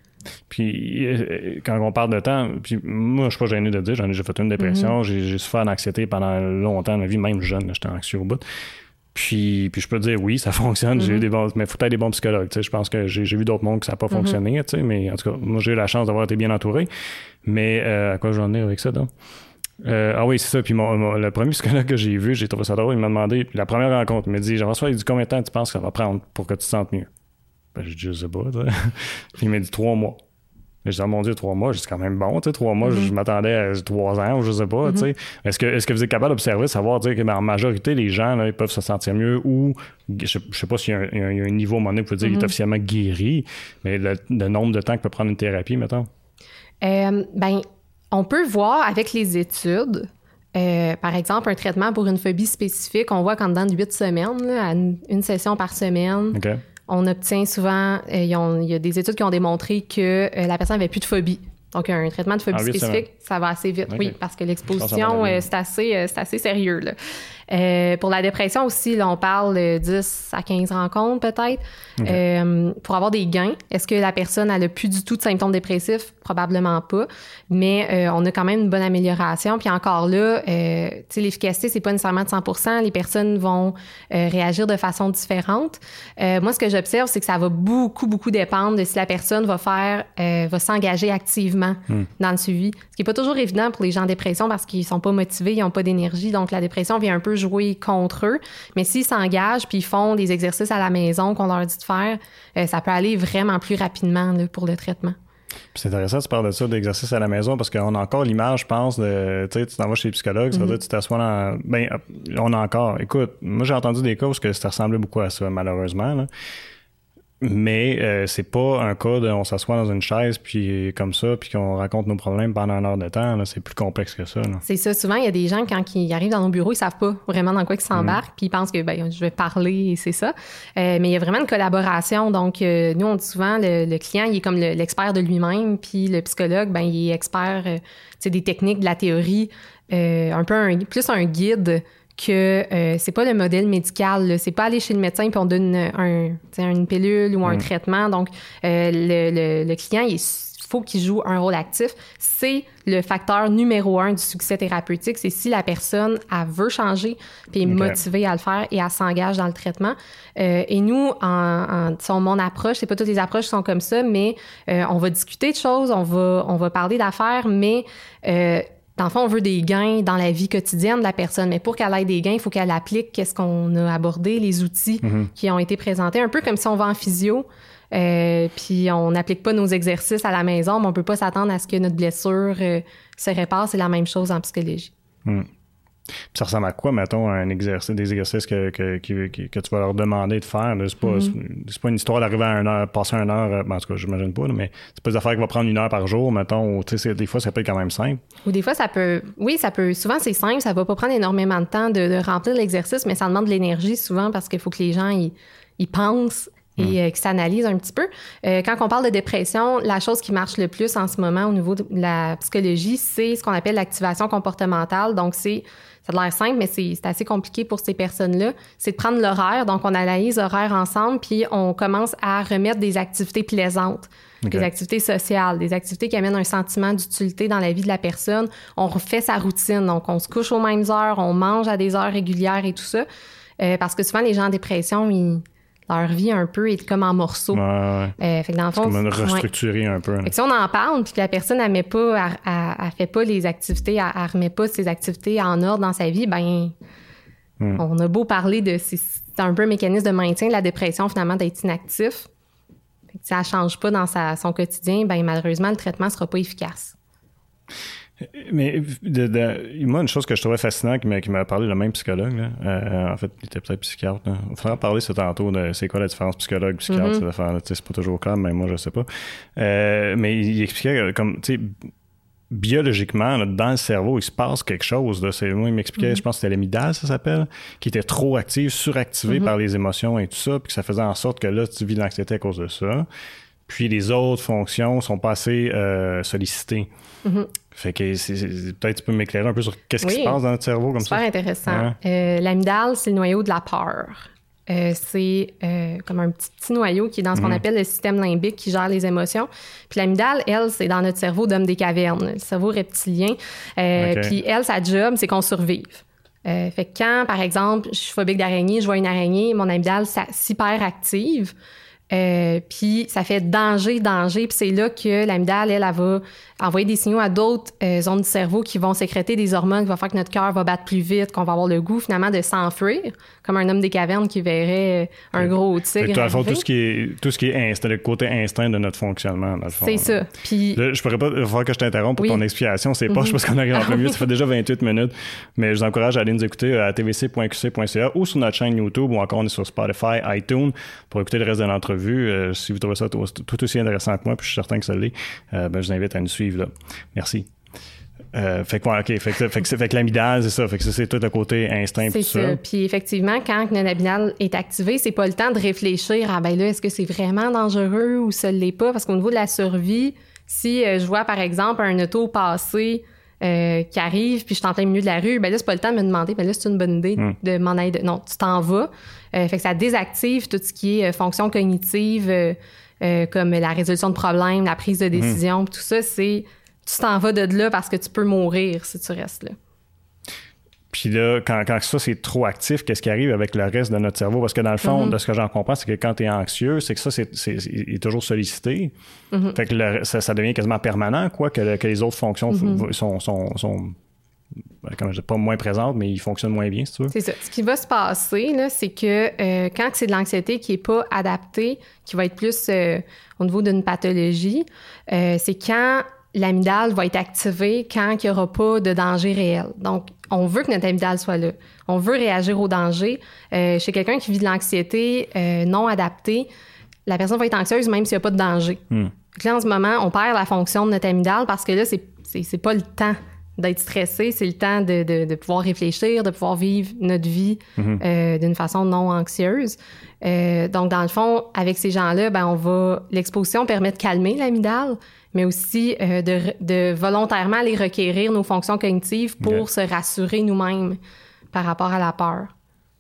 Puis quand on parle de temps, puis moi, je suis pas gêné de dire, j'en ai déjà fait une dépression, mm-hmm. j'ai, j'ai souffert d'anxiété pendant longtemps dans ma vie, même jeune, là, j'étais anxieux au bout. Puis, puis je peux te dire, oui, ça fonctionne, mm-hmm. j'ai eu des bons, mais il faut être des bons psychologues, tu sais, je pense que j'ai, j'ai vu d'autres mondes que ça n'a pas mm-hmm. fonctionné, tu sais, mais en tout cas, moi, j'ai eu la chance d'avoir été bien entouré. Mais euh, à quoi j'en ai avec ça, donc? Euh, ah oui, c'est ça. Puis mon, mon, le premier psychologue que j'ai vu, j'ai trouvé ça drôle, il m'a demandé, la première rencontre, il m'a dit, Jean-François, il dit combien de temps tu penses que ça va prendre pour que tu te sentes mieux? Ben, j'ai dit, je sais pas, tu sais. Puis il m'a dit trois mois. J'ai dit, oh mon Dieu, trois mois, c'est quand même bon, tu sais, trois mois, mm-hmm. je, je m'attendais à trois ans, ou je sais pas, mm-hmm. tu sais. Est-ce que, est-ce que vous êtes capable d'observer, savoir, tu sais, que ben, en majorité, les gens, là, ils peuvent se sentir mieux, ou, je, je sais pas s'il y a un, il y a un, il y a un niveau, à un moment donné, vous pouvez dire mm-hmm. qu'il est officiellement guéri, mais le, le nombre de temps que peut prendre une thérapie, mettons? Euh, ben, on peut voir avec les études. Euh, par exemple, un traitement pour une phobie spécifique, on voit qu'en dedans de huit semaines, là, à une, une session par semaine, okay. on obtient souvent, euh, il y a des études qui ont démontré que euh, la personne n'avait plus de phobie. Donc, un traitement de phobie ah, spécifique, ça va assez vite, okay. oui, parce que l'exposition, euh, c'est, assez, euh, c'est assez sérieux, là. Euh, pour la dépression aussi, là, on parle de dix à quinze rencontres peut-être okay. euh, pour avoir des gains. Est-ce que la personne elle a plus du tout de symptômes dépressifs? Probablement pas. Mais euh, on a quand même une bonne amélioration. Puis encore là, euh, tu sais, l'efficacité, c'est pas nécessairement de cent pour cent. Les personnes vont euh, réagir de façon différente. Euh, moi, ce que j'observe, c'est que ça va beaucoup, beaucoup dépendre de si la personne va faire, euh, va s'engager activement mm. dans le suivi. Ce qui est pas toujours évident pour les gens en dépression parce qu'ils sont pas motivés, ils ont pas d'énergie. Donc, la dépression vient un peu jouer contre eux. Mais s'ils s'engagent puis ils font des exercices à la maison qu'on leur dit de faire, euh, ça peut aller vraiment plus rapidement là, pour le traitement. Puis c'est intéressant, tu parles de ça, d'exercices à la maison, parce qu'on a encore l'image, je pense, de, tu sais, tu t'en vas chez les psychologues, ça veut dire, tu t'assois dans, ben, on a encore, écoute, moi j'ai entendu des cas où ça ressemblait beaucoup à ça, malheureusement, là. Mais euh, c'est pas un cas de on s'assoit dans une chaise puis comme ça puis qu'on raconte nos problèmes pendant une heure de temps. Là, c'est plus complexe que ça. Là. C'est ça. Souvent, il y a des gens, quand ils arrivent dans nos bureaux, ils savent pas vraiment dans quoi ils s'embarquent mmh. puis ils pensent que ben je vais parler et c'est ça. Euh, mais il y a vraiment une collaboration. Donc, euh, nous, on dit souvent, le, le client, il est comme le, l'expert de lui-même puis le psychologue, ben il est expert euh, des techniques, de la théorie, euh, un peu un, plus un guide que euh, c'est pas le modèle médical, là. C'est pas aller chez le médecin puis on donne un, une pilule ou un mmh. traitement. Donc, euh, le, le, le client, il faut qu'il joue un rôle actif. C'est le facteur numéro un du succès thérapeutique. C'est si la personne, elle veut changer puis est okay. motivée à le faire et elle s'engage dans le traitement. Euh, et nous, en, en mon approche, c'est pas toutes les approches qui sont comme ça, mais euh, on va discuter de choses, on va, on va parler d'affaires, mais... Euh, dans le fond, on veut des gains dans la vie quotidienne de la personne, mais pour qu'elle ait des gains, il faut qu'elle applique qu'est-ce qu'on a abordé, les outils mm-hmm. qui ont été présentés, un peu comme si on va en physio, euh, puis on n'applique pas nos exercices à la maison, mais on peut pas s'attendre à ce que notre blessure euh, se répare. C'est la même chose en psychologie. Mm. Puis ça ressemble à quoi, mettons, un exercice, des exercices que, que, que, que tu vas leur demander de faire? Là? C'est, pas, mm-hmm. c'est pas une histoire d'arriver à une heure, passer une heure, ben, en tout cas, j'imagine pas, là, mais c'est pas des affaires qui vont prendre une heure par jour, mettons, ou, des fois, ça peut être quand même simple. Ou des fois, ça peut... Oui, ça peut... Souvent, c'est simple, ça va pas prendre énormément de temps de, de remplir l'exercice, mais ça demande de l'énergie souvent parce qu'il faut que les gens, ils, ils pensent et mmh. euh, qu'ils s'analysent un petit peu. Euh, quand on parle de dépression, la chose qui marche le plus en ce moment au niveau de la psychologie, c'est ce qu'on appelle l'activation comportementale. Donc, c'est... Ça a l'air simple, mais c'est, c'est assez compliqué pour ces personnes-là. C'est de prendre l'horaire. Donc, on analyse l'horaire ensemble, puis on commence à remettre des activités plaisantes, okay. des activités sociales, des activités qui amènent un sentiment d'utilité dans la vie de la personne. On refait sa routine. Donc, on se couche aux mêmes heures, on mange à des heures régulières et tout ça. Euh, parce que souvent, les gens en dépression, ils... leur vie un peu est comme en morceaux. Ouais, ouais. Euh, fait que dans le fond, c'est comme restructurer ouais. un peu. Fait que si on en parle, puis que la personne elle met pas, elle, elle, elle fait pas les activités, elle, elle remet pas ses activités en ordre dans sa vie, ben mm. on a beau parler de c'est, c'est un peu un mécanisme de maintien de la dépression finalement d'être inactif. Fait que si elle change pas dans sa, son quotidien, ben malheureusement le traitement sera pas efficace. Mais de, de, moi, une chose que je trouvais fascinante qui m'a, qui m'a parlé le même psychologue, là, euh, en fait, il était peut-être psychiatre. Là. Il faudra parler ça tantôt de c'est quoi la différence psychologue-psychiatre, mm-hmm. cette affaire-là. C'est pas toujours clair, mais moi, je sais pas. Euh, mais il expliquait comme, tu sais, biologiquement, là, dans le cerveau, il se passe quelque chose. Là. C'est, moi, il m'expliquait, mm-hmm. je pense que c'était l'amygdale, ça s'appelle, qui était trop active, suractivée mm-hmm. par les émotions et tout ça, puis que ça faisait en sorte que là, tu vis de l'anxiété à cause de ça. Puis les autres fonctions sont pas assez euh, sollicitées. Mm-hmm. Fait que c'est, c'est, peut-être tu peux m'éclairer un peu sur qu'est-ce oui, qui se passe dans notre cerveau comme super ça. Super intéressant. Ouais. Euh, l'amygdale, c'est le noyau de la peur. Euh, c'est euh, comme un petit, petit noyau qui est dans ce mmh. qu'on appelle le système limbique qui gère les émotions. Puis l'amygdale, elle, c'est dans notre cerveau d'homme des cavernes, le cerveau reptilien. Euh, okay. Puis elle, sa job, c'est qu'on survive. Euh, fait que quand, par exemple, je suis phobique d'araignée, je vois une araignée, mon amygdale s'hyper active. Euh, puis ça fait danger, danger. Puis c'est là que l'amygdale, elle, elle va envoyer des signaux à d'autres euh, zones du cerveau qui vont sécréter des hormones qui vont faire que notre cœur va battre plus vite, qu'on va avoir le goût finalement de s'enfuir, comme un homme des cavernes qui verrait euh, un gros tigre. Fait que, tout ce qui est tout ce qui est instinct, le côté instinct de notre fonctionnement, dans le fond. C'est ça. Puis là, je pourrais pas, il va falloir que je t'interrompe pour oui. ton explication. C'est mm-hmm. pas, je pense qu'on arrive en plein milieu. Ça fait déjà vingt-huit minutes, mais je vous encourage à aller nous écouter à t v c point q c point c a ou sur notre chaîne YouTube ou encore on est sur Spotify, iTunes pour écouter le reste de l'entrevue. Euh, si vous trouvez ça tout, tout aussi intéressant que moi, puis je suis certain que ça l'est, euh, ben, je vous invite à nous suivre là. Merci. Euh, fait que, ouais, OK. Fait que, fait que, fait que l'amygdale, c'est ça. Fait que ça, c'est tout le côté instinct. C'est ça. ça. Puis effectivement, quand notre amygdale est activée, c'est pas le temps de réfléchir à, ben là, est-ce que c'est vraiment dangereux ou ça l'est pas? Parce qu'au niveau de la survie, si euh, je vois, par exemple, un auto passer euh, qui arrive, puis je suis en plein milieu de la rue, ben là, c'est pas le temps de me demander, ben là, c'est une bonne idée mm. de m'en aller. Non, tu t'en vas. Euh, fait que ça désactive tout ce qui est euh, fonction cognitive, euh, euh, comme la résolution de problèmes, la prise de décision, mm. tout ça, c'est... Tu t'en vas de là parce que tu peux mourir si tu restes là. Puis là, quand, quand ça, c'est trop actif, qu'est-ce qui arrive avec le reste de notre cerveau? Parce que dans le fond, mm-hmm. de ce que j'en comprends, c'est que quand tu es anxieux, c'est que ça, c'est, c'est, c'est, il est toujours sollicité. Mm-hmm. Fait que le, ça, ça devient quasiment permanent, quoi, que, le, que les autres fonctions mm-hmm. sont... sont, sont comme je dis, pas moins présentes, mais ils fonctionnent moins bien, si tu veux. C'est ça. Ce qui va se passer, là, c'est que euh, quand c'est de l'anxiété qui n'est pas adaptée, qui va être plus euh, au niveau d'une pathologie, euh, c'est quand l'amygdale va être activée quand il n'y aura pas de danger réel. Donc, on veut que notre amygdale soit là. On veut réagir au danger. Euh, chez quelqu'un qui vit de l'anxiété euh, non adaptée, la personne va être anxieuse même s'il n'y a pas de danger. Mm. Donc là, en ce moment, on perd la fonction de notre amygdale parce que là, c'est, c'est, c'est pas le temps d'être stressé, c'est le temps de, de, de pouvoir réfléchir, de pouvoir vivre notre vie mm-hmm. euh, d'une façon non anxieuse. Euh, donc, dans le fond, avec ces gens-là, ben, on va... L'exposition permet de calmer l'amygdale, mais aussi euh, de, de volontairement aller requérir nos fonctions cognitives pour okay. se rassurer nous-mêmes par rapport à la peur.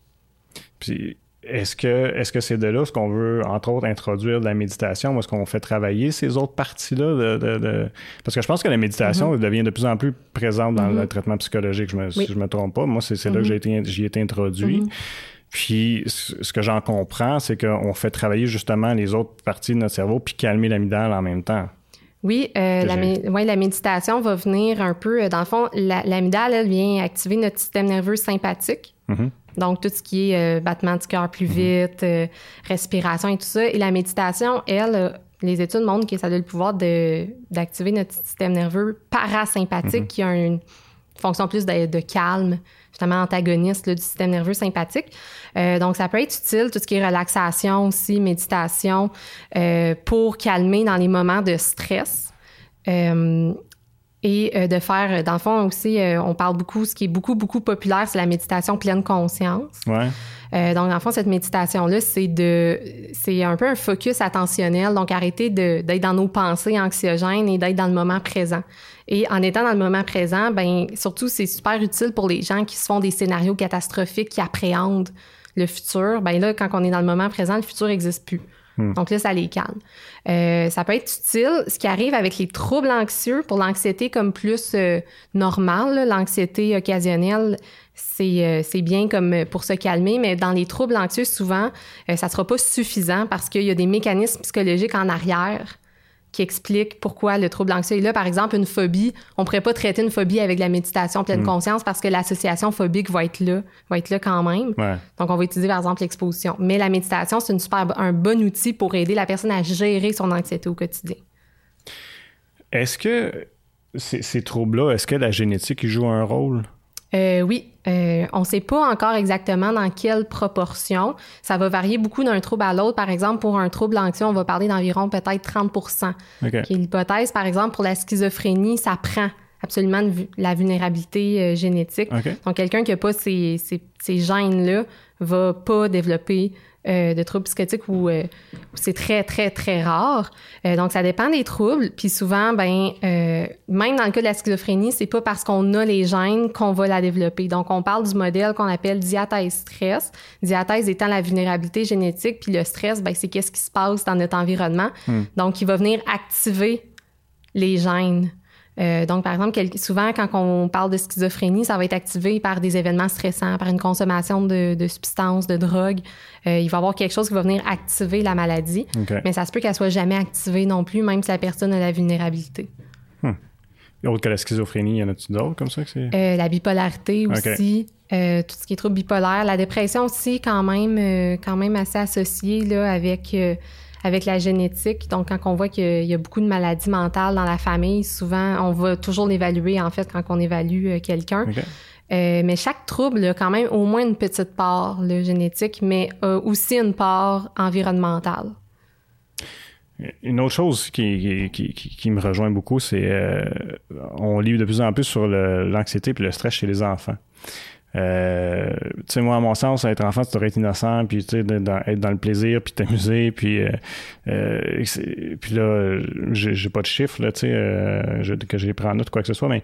Puis, est-ce que, est-ce que c'est de là ce qu'on veut, entre autres, introduire de la méditation? Ou est-ce qu'on fait travailler ces autres parties-là? De, de, de... Parce que je pense que la méditation mm-hmm. devient de plus en plus présente dans mm-hmm. le traitement psychologique, je me, oui. si je me trompe pas. Moi, c'est, c'est mm-hmm. là que j'ai été, j'y ai été introduit. Mm-hmm. Puis, ce que j'en comprends, c'est qu'on fait travailler justement les autres parties de notre cerveau puis calmer l'amygdale en même temps. Oui, euh, la, mé- ouais, la méditation va venir un peu... Dans le fond, la, l'amygdale, elle vient activer notre système nerveux sympathique. Mm-hmm. Donc, tout ce qui est euh, battement du cœur plus mm-hmm. vite, euh, respiration et tout ça. Et la méditation, elle, euh, les études montrent que ça a le pouvoir de, d'activer notre système nerveux parasympathique mm-hmm. qui a une fonction plus de, de calme, justement antagoniste là, du système nerveux sympathique. Euh, donc, ça peut être utile, tout ce qui est relaxation aussi, méditation, euh, pour calmer dans les moments de stress. Euh, et euh, de faire, dans le fond aussi, euh, on parle beaucoup, ce qui est beaucoup, beaucoup populaire, c'est la méditation pleine conscience. Ouais. Euh, donc, dans le fond, cette méditation-là, c'est de, c'est un peu un focus attentionnel. Donc, arrêter de, d'être dans nos pensées anxiogènes et d'être dans le moment présent. Et en étant dans le moment présent, ben surtout, c'est super utile pour les gens qui se font des scénarios catastrophiques, qui appréhendent le futur. Ben là, quand on est dans le moment présent, le futur n'existe plus. Hmm. Donc là, ça les calme. Euh, ça peut être utile. Ce qui arrive avec les troubles anxieux, pour l'anxiété comme plus euh, normale, là, l'anxiété occasionnelle, c'est, euh, c'est bien comme pour se calmer, mais dans les troubles anxieux, souvent, euh, ça sera pas suffisant parce qu'il y a des mécanismes psychologiques en arrière qui expliquent pourquoi le trouble anxieux est là. Par exemple, une phobie, on pourrait pas traiter une phobie avec la méditation pleine mmh. conscience parce que l'association phobique va être là, va être là quand même. Ouais. Donc, on va utiliser, par exemple, l'exposition. Mais la méditation, c'est une super, un bon outil pour aider la personne à gérer son anxiété au quotidien. Est-ce que ces, ces troubles-là, est-ce que la génétique y joue un rôle? Euh, oui. Euh, on ne sait pas encore exactement dans quelle proportion. Ça va varier beaucoup d'un trouble à l'autre. Par exemple, pour un trouble anxieux, on va parler d'environ peut-être trente pour cent. Okay. Qui est l'hypothèse. Par exemple, pour la schizophrénie, ça prend absolument la vulnérabilité euh, génétique. Okay. Donc, quelqu'un qui n'a pas ces, ces, ces gènes-là va pas développer euh, de troubles psychotiques où, euh, où c'est très, très, très rare. Euh, donc, ça dépend des troubles. Puis souvent, ben, euh, même dans le cas de la schizophrénie, c'est pas parce qu'on a les gènes qu'on va la développer. Donc, on parle du modèle qu'on appelle diathèse-stress. Diathèse étant la vulnérabilité génétique, puis le stress, ben, c'est qu'est-ce qui se passe dans notre environnement. Hmm. Donc, il va venir activer les gènes. Euh, donc, par exemple, quel, souvent, quand on parle de schizophrénie, ça va être activé par des événements stressants, par une consommation de, de substances, de drogues. Euh, il va y avoir quelque chose qui va venir activer la maladie, okay. mais ça se peut qu'elle soit jamais activée non plus, même si la personne a la vulnérabilité. Hmm. Autre que la schizophrénie, y en a-t-il d'autres comme ça? Que c'est... Euh, la bipolarité aussi, okay. euh, tout ce qui est trouble bipolaire. La dépression aussi, quand même, euh, quand même assez associée là, avec... Euh, avec la génétique. Donc, quand on voit qu'il y a beaucoup de maladies mentales dans la famille, souvent, on va toujours l'évaluer, en fait, quand on évalue quelqu'un. Okay. Euh, mais chaque trouble a quand même au moins une petite part là, génétique, mais a aussi une part environnementale. Une autre chose qui, qui, qui, qui me rejoint beaucoup, c'est euh, on lit de plus en plus sur le, l'anxiété et le stress chez les enfants. Euh, tu sais, moi, à mon sens, être enfant, tu devrais être innocent, puis tu sais, dans, être dans le plaisir, puis t'amuser, puis euh, euh, puis là, j'ai, j'ai pas de chiffres, là, tu sais, euh, je, que j'ai pris en note, quoi que ce soit, mais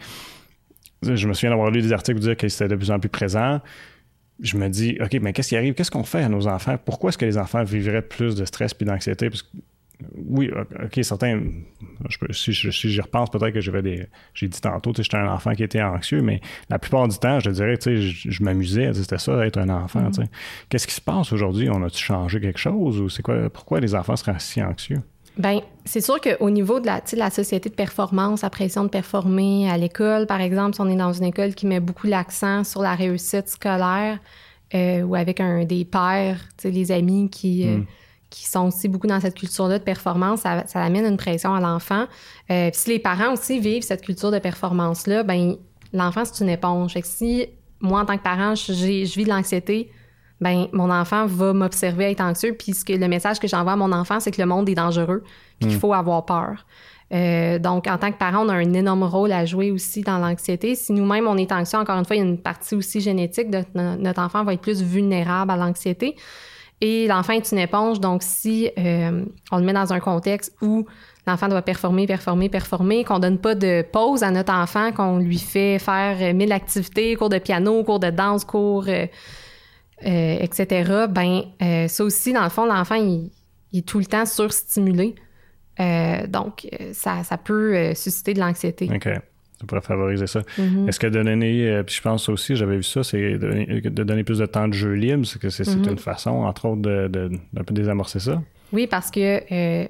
je me souviens d'avoir lu des articles qui disaient que c'était de plus en plus présent. Je me dis, OK, mais qu'est-ce qui arrive? Qu'est-ce qu'on fait à nos enfants? Pourquoi est-ce que les enfants vivraient plus de stress puis d'anxiété? Parce que, oui, OK, certains, je peux, si, je, si j'y repense, peut-être que j'avais des, j'ai dit tantôt, tu sais, j'étais un enfant qui était anxieux, mais la plupart du temps, je te dirais, tu sais, je, je m'amusais, c'était ça, être un enfant, mm-hmm. tu sais. Qu'est-ce qui se passe aujourd'hui? On a-tu changé quelque chose ou c'est quoi, pourquoi les enfants seraient si anxieux? Bien, c'est sûr qu'au niveau de la, de la société de performance, la pression de performer à l'école, par exemple, si on est dans une école qui met beaucoup l'accent sur la réussite scolaire euh, ou avec un des pairs, tu sais, les amis qui... Euh, mm. qui sont aussi beaucoup dans cette culture-là de performance, ça, ça amène une pression à l'enfant. Euh, puis si les parents aussi vivent cette culture de performance-là, ben l'enfant, c'est une éponge. Fait que si, moi, en tant que parent, je, je vis de l'anxiété, ben mon enfant va m'observer être anxieux, puis ce que, le message que j'envoie à mon enfant, c'est que le monde est dangereux, puis mmh. qu'il faut avoir peur. Euh, donc, en tant que parent, on a un énorme rôle à jouer aussi dans l'anxiété. Si nous-mêmes, on est anxieux, encore une fois, il y a une partie aussi génétique de notre enfant va être plus vulnérable à l'anxiété. Et l'enfant est une éponge, donc si euh, on le met dans un contexte où l'enfant doit performer, performer, performer, qu'on donne pas de pause à notre enfant, qu'on lui fait faire mille activités, cours de piano, cours de danse, cours, euh, euh, et cetera, ben euh, ça aussi, dans le fond, l'enfant, il, il est tout le temps surstimulé. Euh, donc, ça, ça peut euh, susciter de l'anxiété. OK. Ça pourrait favoriser ça. Mm-hmm. Est-ce que de donner, euh, puis je pense aussi, j'avais vu ça, c'est de, de donner plus de temps de jeu libre, c'est que c'est, mm-hmm. c'est une façon, entre autres, de, de, d'un peu désamorcer ça? Oui, parce que euh,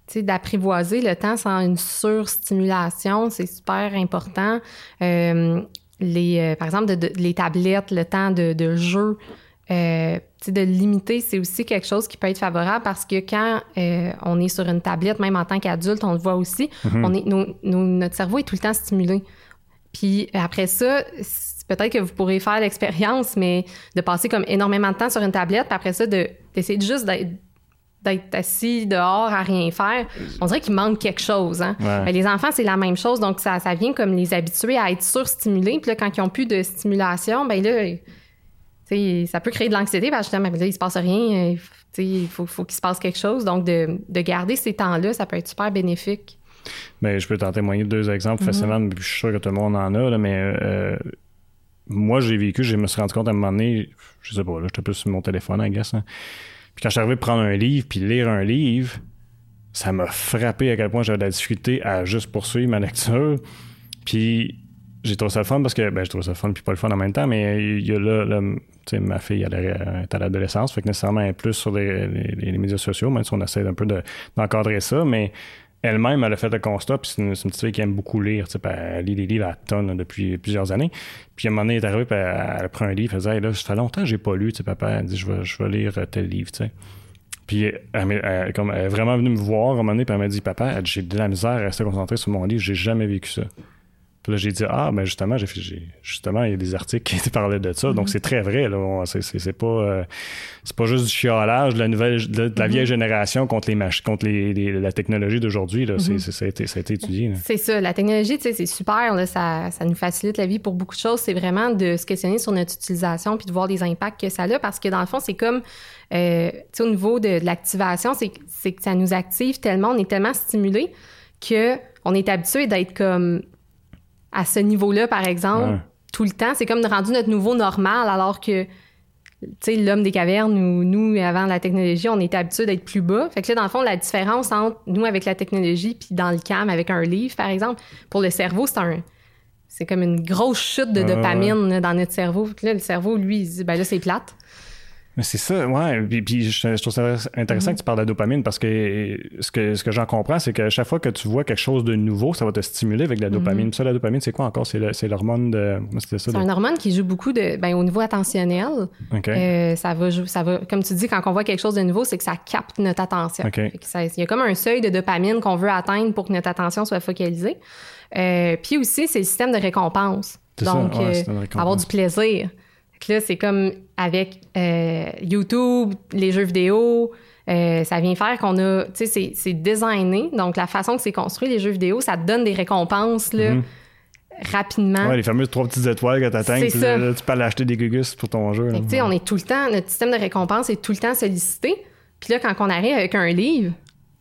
d'apprivoiser le temps sans une surstimulation, c'est super important. Euh, les, euh, par exemple, de, de, les tablettes, le temps de, de jeu, euh, de limiter, c'est aussi quelque chose qui peut être favorable parce que quand euh, on est sur une tablette, même en tant qu'adulte, on le voit aussi, mm-hmm. on est, nos, nos, notre cerveau est tout le temps stimulé. Puis après ça, peut-être que vous pourrez faire l'expérience, mais de passer comme énormément de temps sur une tablette, puis après ça, de, d'essayer juste d'être d'être assis dehors à rien faire, on dirait qu'il manque quelque chose. Hein? Ouais. Les enfants, c'est la même chose, donc ça, ça vient comme les habituer à être surstimulés. Puis là, quand ils n'ont plus de stimulation, ben là, ça peut créer de l'anxiété parce que là, il ne se passe rien, il faut, faut qu'il se passe quelque chose. Donc, de, de garder ces temps-là, ça peut être super bénéfique. Bien, je peux t'en témoigner deux exemples mm-hmm. facilement, mais je suis sûr que tout le monde en a, là, mais euh, moi, j'ai vécu, je me suis rendu compte à un moment donné, je sais pas, là, j'étais plus sur mon téléphone, I guess, hein. Puis quand je suis arrivé à prendre un livre puis lire un livre, ça m'a frappé à quel point j'avais de la difficulté à juste poursuivre ma lecture. Puis j'ai trouvé ça le fun parce que, ben, je trouve ça le fun puis pas le fun en même temps, mais il y a là, là tu sais, ma fille, elle est à l'adolescence, fait que nécessairement elle est plus sur les, les, les médias sociaux, même si on essaie un peu de, d'encadrer ça, mais elle-même, elle a fait le constat, puis c'est une, c'est une petite fille qui aime beaucoup lire, tu sais, elle lit des livres à tonnes là, depuis plusieurs années. Puis à un moment donné, elle est arrivée, puis elle, elle prend un livre, elle dit hey, « là, ça fait longtemps que j'ai pas lu, tu sais, papa, elle dit je vais, je vais lire tel livre, tu sais. » Puis elle, elle, elle, comme, elle est vraiment venue me voir à un moment donné, puis elle m'a dit « Papa, elle, j'ai de la misère à rester concentrée sur mon livre, j'ai jamais vécu ça. » Puis là, j'ai dit, ah, ben justement, j'ai, j'ai, justement, il y a des articles qui parlaient de ça. Mm-hmm. Donc, c'est très vrai, là. C'est, c'est, c'est pas, euh, c'est pas juste du chiolage de la nouvelle, de, de la vieille mm-hmm. génération contre les mach- contre les, les, la technologie d'aujourd'hui, là. Mm-hmm. C'est, c'est, ça a été, ça a été étudié, là. C'est ça. La technologie, tu sais, c'est super, là. Ça, ça nous facilite la vie pour beaucoup de choses. C'est vraiment de se questionner sur notre utilisation puis de voir les impacts que ça a. Parce que dans le fond, c'est comme, euh, tu sais, au niveau de, de l'activation, c'est, c'est que ça nous active tellement, on est tellement stimulé qu'on est habitué d'être comme, à ce niveau-là, par exemple, ouais. tout le temps. C'est comme rendu notre nouveau normal, alors que, tu sais, l'homme des cavernes ou nous, avant la technologie, on était habitués d'être plus bas. Fait que là, dans le fond, la différence entre nous avec la technologie puis dans le calme avec un livre, par exemple, pour le cerveau, c'est un... C'est comme une grosse chute de dopamine ouais. là, dans notre cerveau. Puis là, le cerveau, lui, il se dit, ben là, c'est plate. Mais c'est ça, ouais. Puis, puis je, je trouve ça intéressant mm-hmm. que tu parles de la dopamine parce que ce que, ce que j'en comprends, c'est que chaque fois que tu vois quelque chose de nouveau, ça va te stimuler avec de la dopamine. Mm-hmm. Puis ça, la dopamine, c'est quoi encore? C'est, le, c'est l'hormone de... C'était ça, c'est de... un hormone qui joue beaucoup de, ben, au niveau attentionnel. Okay. Euh, ça va, ça va, comme tu dis, quand on voit quelque chose de nouveau, c'est que ça capte notre attention. Okay. Il y a comme un seuil de dopamine qu'on veut atteindre pour que notre attention soit focalisée. Euh, puis aussi, c'est le système de récompense. C'est Donc, ouais, euh, récompense. Avoir du plaisir. Là, c'est comme avec euh, YouTube, les jeux vidéo, euh, ça vient faire qu'on a... Tu sais, c'est, c'est designé. Donc, la façon que c'est construit, les jeux vidéo, ça te donne des récompenses, là, mm-hmm. rapidement. Ouais, les fameuses trois petites étoiles que t'atteins, puis là, là, tu peux aller acheter des gugus pour ton jeu. Tu sais, on est tout le temps... Notre système de récompense est tout le temps sollicité. Puis là, quand on arrive avec un livre,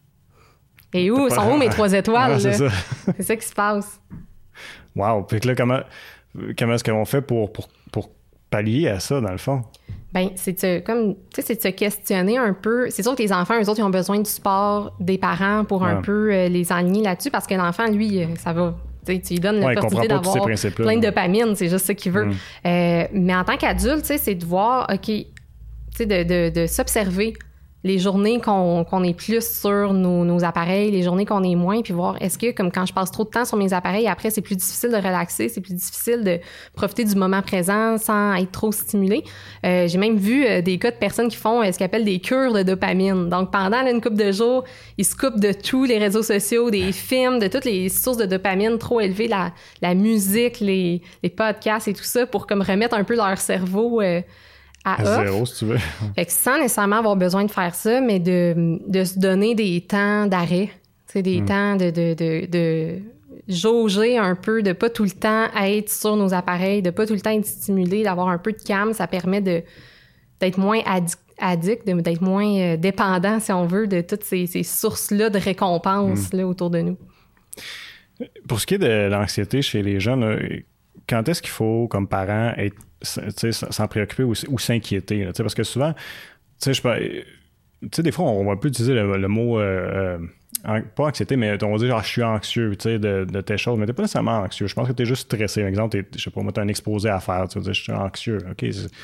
et où pas... sont où mes trois étoiles? Ouais, là? C'est ça. C'est ça qui se passe. Wow! Puis là, comment, comment est-ce qu'on fait pour... pour, pour pallier à ça, dans le fond? Bien, c'est de se, comme, tu sais, c'est de se questionner un peu. C'est sûr que les enfants, eux autres, ils ont besoin du support des parents pour ouais. un peu euh, les aligner là-dessus parce que l'enfant, lui, ça va. Tu lui donnes ouais, l'opportunité d'avoir plein de dopamine, c'est juste ça qu'il veut. Mm. Euh, mais en tant qu'adulte, tu sais, c'est de voir, OK, tu sais, de, de, de s'observer les journées qu'on, qu'on est plus sur nos, nos appareils, les journées qu'on est moins, puis voir est-ce que, comme quand je passe trop de temps sur mes appareils, après, c'est plus difficile de relaxer, c'est plus difficile de profiter du moment présent sans être trop stimulé. Euh, j'ai même vu euh, des cas de personnes qui font euh, ce qu'ils appellent des cures de dopamine. Donc, pendant là, une couple de jours, ils se coupent de tous les réseaux sociaux, des films, de toutes les sources de dopamine trop élevées, la, la musique, les, les podcasts et tout ça, pour comme remettre un peu leur cerveau... Euh, à, à zéro, si tu veux. Fait que sans nécessairement avoir besoin de faire ça, mais de, de se donner des temps d'arrêt, des mm. temps de, de, de, de jauger un peu, de pas tout le temps être sur nos appareils, de pas tout le temps être stimulé, d'avoir un peu de calme, ça permet de, d'être moins addict, addict de, d'être moins dépendant, si on veut, de toutes ces, ces sources-là de récompenses mm. là, autour de nous. Pour ce qui est de l'anxiété chez les jeunes, là, quand est-ce qu'il faut, comme parent, être, s'en préoccuper ou, ou s'inquiéter? Là, parce que souvent, je sais, des fois, on va plus utiliser le, le mot, euh, euh, pas anxiété, mais on va dire, genre, je suis anxieux de, de telle chose, mais t'es pas nécessairement anxieux. Je pense que t'es juste stressé. Par exemple, t'es, je sais pas, moi, t'as un exposé à faire, tu vas dire, je suis anxieux. OK, c'est,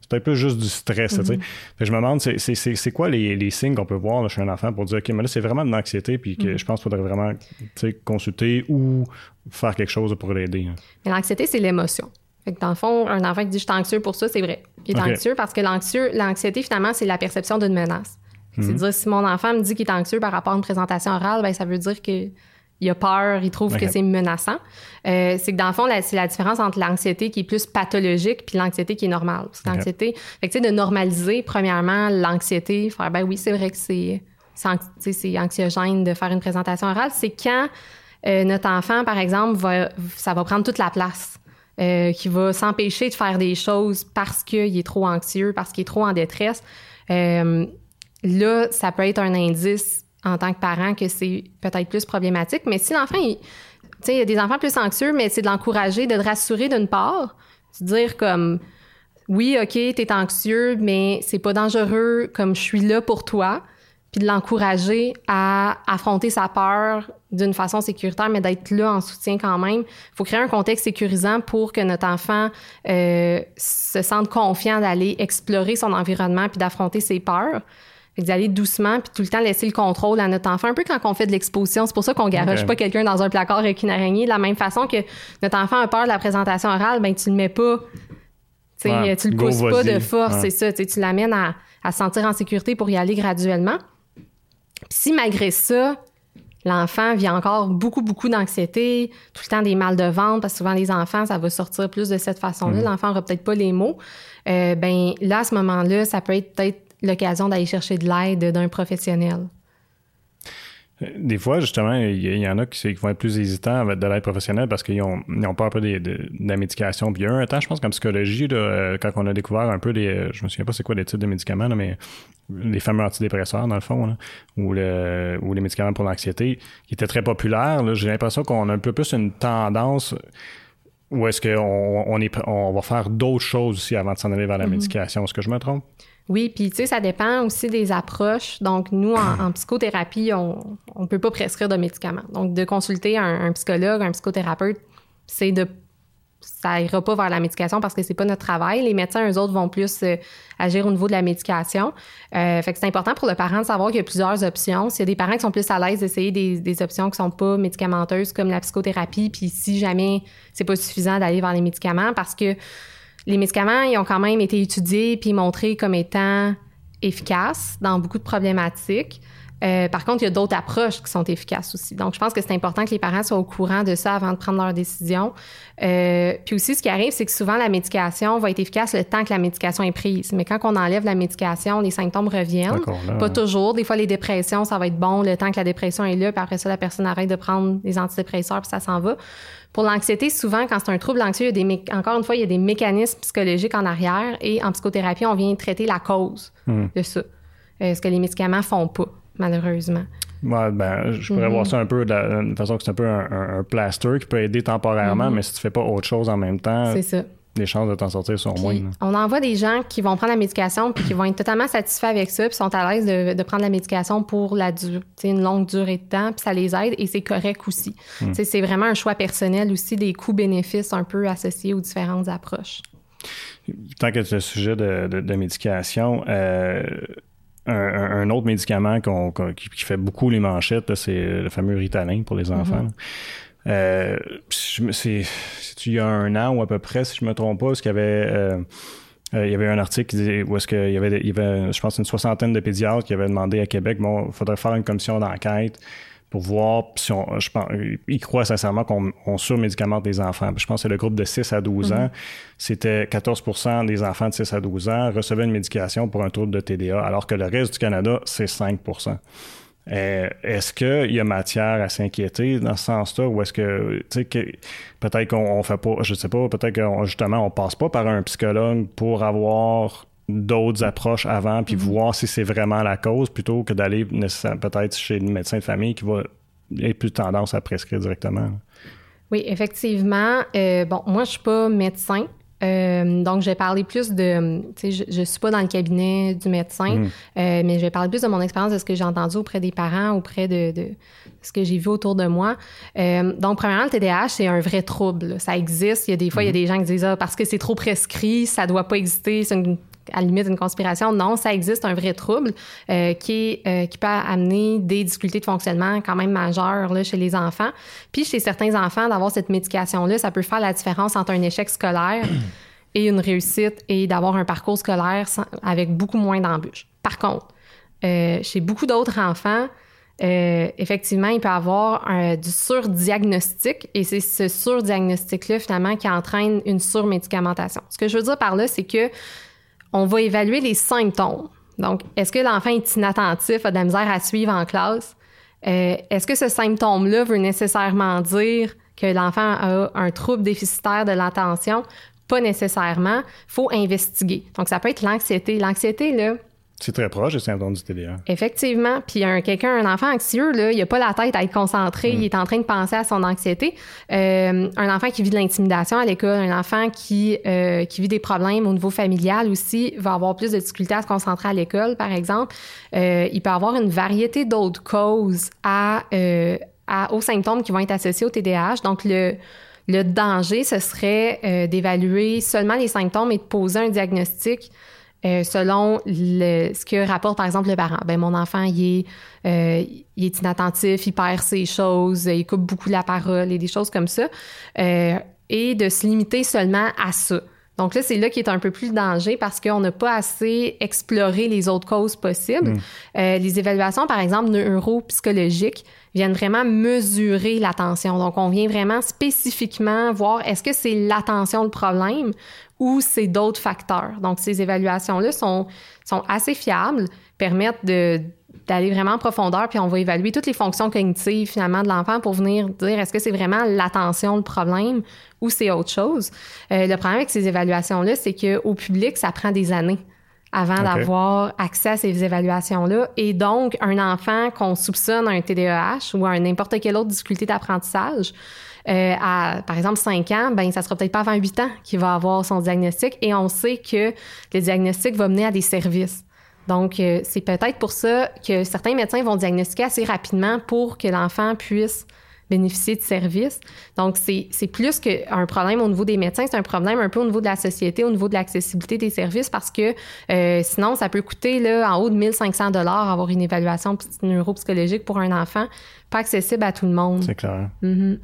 C'est peut-être plus juste du stress. Mm-hmm. Fait que je me demande, c'est, c'est, c'est, c'est quoi les, les signes qu'on peut voir là, chez un enfant pour dire, OK, mais là, c'est vraiment de l'anxiété, puis que mm-hmm. je pense qu'il faudrait vraiment consulter ou faire quelque chose pour l'aider. Hein. Mais l'anxiété, c'est l'émotion. Fait que dans le fond, un enfant qui dit « je suis anxieux pour ça », c'est vrai. Il est okay. anxieux parce que l'anxieux, l'anxiété, finalement, c'est la perception d'une menace. Mm-hmm. C'est-à-dire, si mon enfant me dit qu'il est anxieux par rapport à une présentation orale, ben ça veut dire que il a peur, il trouve okay. que c'est menaçant. Euh, c'est que dans le fond, la, c'est la différence entre l'anxiété qui est plus pathologique puis l'anxiété qui est normale. Parce que okay. l'anxiété, fait que, tu sais, de normaliser, premièrement, l'anxiété, faire, ben oui, c'est vrai que c'est, c'est, c'est anxiogène de faire une présentation orale. C'est quand euh, notre enfant, par exemple, va, ça va prendre toute la place. Euh, qui va s'empêcher de faire des choses parce qu'il est trop anxieux, parce qu'il est trop en détresse. Euh, là, ça peut être un indice en tant que parent que c'est peut-être plus problématique. Mais si l'enfant, tu sais, il y a des enfants plus anxieux, mais c'est de l'encourager, de le rassurer d'une part, de dire comme, oui, OK, t'es anxieux, mais c'est pas dangereux, comme je suis là pour toi. Puis de l'encourager à affronter sa peur d'une façon sécuritaire, mais d'être là en soutien quand même. Il faut créer un contexte sécurisant pour que notre enfant euh, se sente confiant d'aller explorer son environnement puis d'affronter ses peurs. Fait que d'aller doucement puis tout le temps laisser le contrôle à notre enfant. Un peu quand on fait de l'exposition, c'est pour ça qu'on garoche okay. pas quelqu'un dans un placard avec une araignée. De la même façon que notre enfant a peur de la présentation orale, ben tu le mets pas, ouais, tu le pousses pas de force, ouais. c'est ça. Tu l'amènes à, à se sentir en sécurité pour y aller graduellement. Puis si malgré ça, l'enfant vit encore beaucoup, beaucoup d'anxiété, tout le temps des mal de ventre, parce que souvent les enfants, ça va sortir plus de cette façon-là. Mmh. L'enfant n'aura peut-être pas les mots. Euh, ben là, à ce moment-là, ça peut être peut-être l'occasion d'aller chercher de l'aide d'un professionnel. Des fois, justement, il y, y en a qui, qui vont être plus hésitants avec de l'aide professionnelle parce qu'ils ont, ils ont peur un peu de, de, de la médication. Puis il y a eu un temps, je pense qu'en psychologie, là, quand on a découvert un peu les... Je me souviens pas c'est quoi les types de médicaments, là, mais les fameux antidépresseurs, dans le fond, là, ou, le, ou les médicaments pour l'anxiété, qui étaient très populaires. Là, j'ai l'impression qu'on a un peu plus une tendance où est-ce qu'on on est, on va faire d'autres choses aussi avant de s'en aller vers la mm-hmm. médication. Est-ce que je me trompe? Oui, puis tu sais, ça dépend aussi des approches. Donc, nous, en, en psychothérapie, on ne peut pas prescrire de médicaments. Donc, de consulter un, un psychologue, un psychothérapeute, c'est de... ça ira pas vers la médication parce que c'est pas notre travail. Les médecins, eux autres, vont plus euh, agir au niveau de la médication. Euh, fait que c'est important pour le parent de savoir qu'il y a plusieurs options. S'il y a des parents qui sont plus à l'aise d'essayer des, des options qui sont pas médicamenteuses comme la psychothérapie, puis si jamais c'est pas suffisant d'aller vers les médicaments parce que les médicaments, ils ont quand même été étudiés puis montrés comme étant efficaces dans beaucoup de problématiques. Euh, par contre, il y a d'autres approches qui sont efficaces aussi. Donc, je pense que c'est important que les parents soient au courant de ça avant de prendre leur décision. Euh, puis aussi, ce qui arrive, c'est que souvent, la médication va être efficace le temps que la médication est prise. Mais quand on enlève la médication, les symptômes reviennent. Là, pas toujours. Des fois, les dépressions, ça va être bon le temps que la dépression est là, puis après ça, la personne arrête de prendre des antidépresseurs, puis ça s'en va. Pour l'anxiété, souvent, quand c'est un trouble anxieux, il y a des mé- encore une fois, il y a des mécanismes psychologiques en arrière. Et en psychothérapie, on vient traiter la cause mmh. de ça. Euh, ce que les médicaments font pas, malheureusement. Ouais, ben, je pourrais mm-hmm. voir ça un peu de la de façon que c'est un peu un, un, un plaster qui peut aider temporairement, mm-hmm. mais si tu fais pas autre chose en même temps, c'est ça. Les chances de t'en sortir sont puis, moindres. On en voit des gens qui vont prendre la médication puis qui vont être totalement satisfaits avec ça puis sont à l'aise de, de prendre la médication pour la du- une longue durée de temps puis ça les aide et c'est correct aussi. Mm. C'est vraiment un choix personnel aussi des coûts-bénéfices un peu associés aux différentes approches. Tant que tu as le sujet de, de, de médication, euh, un, un autre médicament qu'on, qu'on, qui, qui fait beaucoup les manchettes, là, c'est le fameux Ritalin pour les enfants. Mm-hmm. Euh, c'est, c'est il y a un an ou à peu près, si je me trompe pas, parce qu'il y avait euh, euh, il y avait un article qui disait où est-ce qu'il y avait, il y avait, je pense, une soixantaine de pédiatres qui avaient demandé à Québec, bon, il faudrait faire une commission d'enquête pour voir si on, je pense, ils croient sincèrement qu'on on surmédicamente les enfants. Je pense que c'est le groupe de six à douze mm-hmm. ans. C'était quatorze pour cent des enfants de six à douze ans recevaient une médication pour un trouble de T D A, alors que le reste du Canada, c'est cinq pour cent. Euh, est-ce qu'il y a matière à s'inquiéter dans ce sens-là ou est-ce que, tu sais, que peut-être qu'on on fait pas, je sais pas, peut-être qu'on justement on passe pas par un psychologue pour avoir d'autres approches avant puis mm-hmm. voir si c'est vraiment la cause plutôt que d'aller nécessairement peut-être chez le médecin de famille qui va être plus tendance à prescrire directement. Oui, effectivement. Euh, bon, moi, je suis pas médecin. Euh, donc, je vais parler plus de... Tu sais, je ne suis pas dans le cabinet du médecin, mmh. euh, mais je vais parler plus de mon expérience, de ce que j'ai entendu auprès des parents, auprès de, de ce que j'ai vu autour de moi. Euh, donc, premièrement, le T D A H, c'est un vrai trouble. Là. Ça existe. Il y a des fois, mmh. il y a des gens qui disent ah, « parce que c'est trop prescrit, ça ne doit pas exister. » C'est une à la limite d'une conspiration. Non, ça existe un vrai trouble euh, qui, est, euh, qui peut amener des difficultés de fonctionnement quand même majeures là, chez les enfants. Puis chez certains enfants, d'avoir cette médication-là, ça peut faire la différence entre un échec scolaire et une réussite et d'avoir un parcours scolaire sans, avec beaucoup moins d'embûches. Par contre, euh, chez beaucoup d'autres enfants, Euh, effectivement, il peut y avoir un, du surdiagnostic et c'est ce surdiagnostic-là, finalement, qui entraîne une surmédicamentation. Ce que je veux dire par là, c'est que on va évaluer les symptômes. Donc, est-ce que l'enfant est inattentif, a de la misère à suivre en classe? Euh, est-ce que ce symptôme-là veut nécessairement dire que l'enfant a un trouble déficitaire de l'attention? Pas nécessairement. Il faut investiguer. Donc, ça peut être l'anxiété. L'anxiété, là, c'est très proche des symptômes du T D A. Effectivement. Puis un, quelqu'un, un enfant anxieux, là, il n'a pas la tête à être concentré, mm. il est en train de penser à son anxiété. Euh, un enfant qui vit de l'intimidation à l'école, un enfant qui, euh, qui vit des problèmes au niveau familial aussi, va avoir plus de difficultés à se concentrer à l'école, par exemple. Euh, il peut avoir une variété d'autres causes à, euh, à, aux symptômes qui vont être associés au T D A H. Donc, le, le danger, ce serait euh, d'évaluer seulement les symptômes et de poser un diagnostic Euh, selon le, ce que rapporte, par exemple, le parent. Ben mon enfant, il est, euh, il est inattentif, il perd ses choses, il coupe beaucoup la parole et des choses comme ça. Euh, et de se limiter seulement à ça. Donc là, c'est là qui est un peu plus le danger parce qu'on n'a pas assez exploré les autres causes possibles. Mmh. Euh, les évaluations, par exemple, neuropsychologiques, viennent vraiment mesurer l'attention. Donc, on vient vraiment spécifiquement voir est-ce que c'est l'attention le problème ou c'est d'autres facteurs. Donc, ces évaluations-là sont, sont assez fiables, permettent de, d'aller vraiment en profondeur, puis on va évaluer toutes les fonctions cognitives, finalement, de l'enfant pour venir dire est-ce que c'est vraiment l'attention le problème ou c'est autre chose. Euh, le problème avec ces évaluations-là, c'est qu'au public, ça prend des années avant okay. d'avoir accès à ces évaluations-là. Et donc, un enfant qu'on soupçonne un T D A H ou un n'importe quelle autre difficulté d'apprentissage, euh, à, par exemple, cinq ans, ben ça sera peut-être pas avant huit ans qu'il va avoir son diagnostic. Et on sait que le diagnostic va mener à des services. Donc, euh, c'est peut-être pour ça que certains médecins vont diagnostiquer assez rapidement pour que l'enfant puisse bénéficier de services. Donc, c'est, c'est plus qu'un problème au niveau des médecins, c'est un problème un peu au niveau de la société, au niveau de l'accessibilité des services, parce que euh, sinon, ça peut coûter là, en haut de mille cinq cents dollars avoir une évaluation neuropsychologique pour un enfant, pas accessible à tout le monde. C'est clair. Mm-hmm.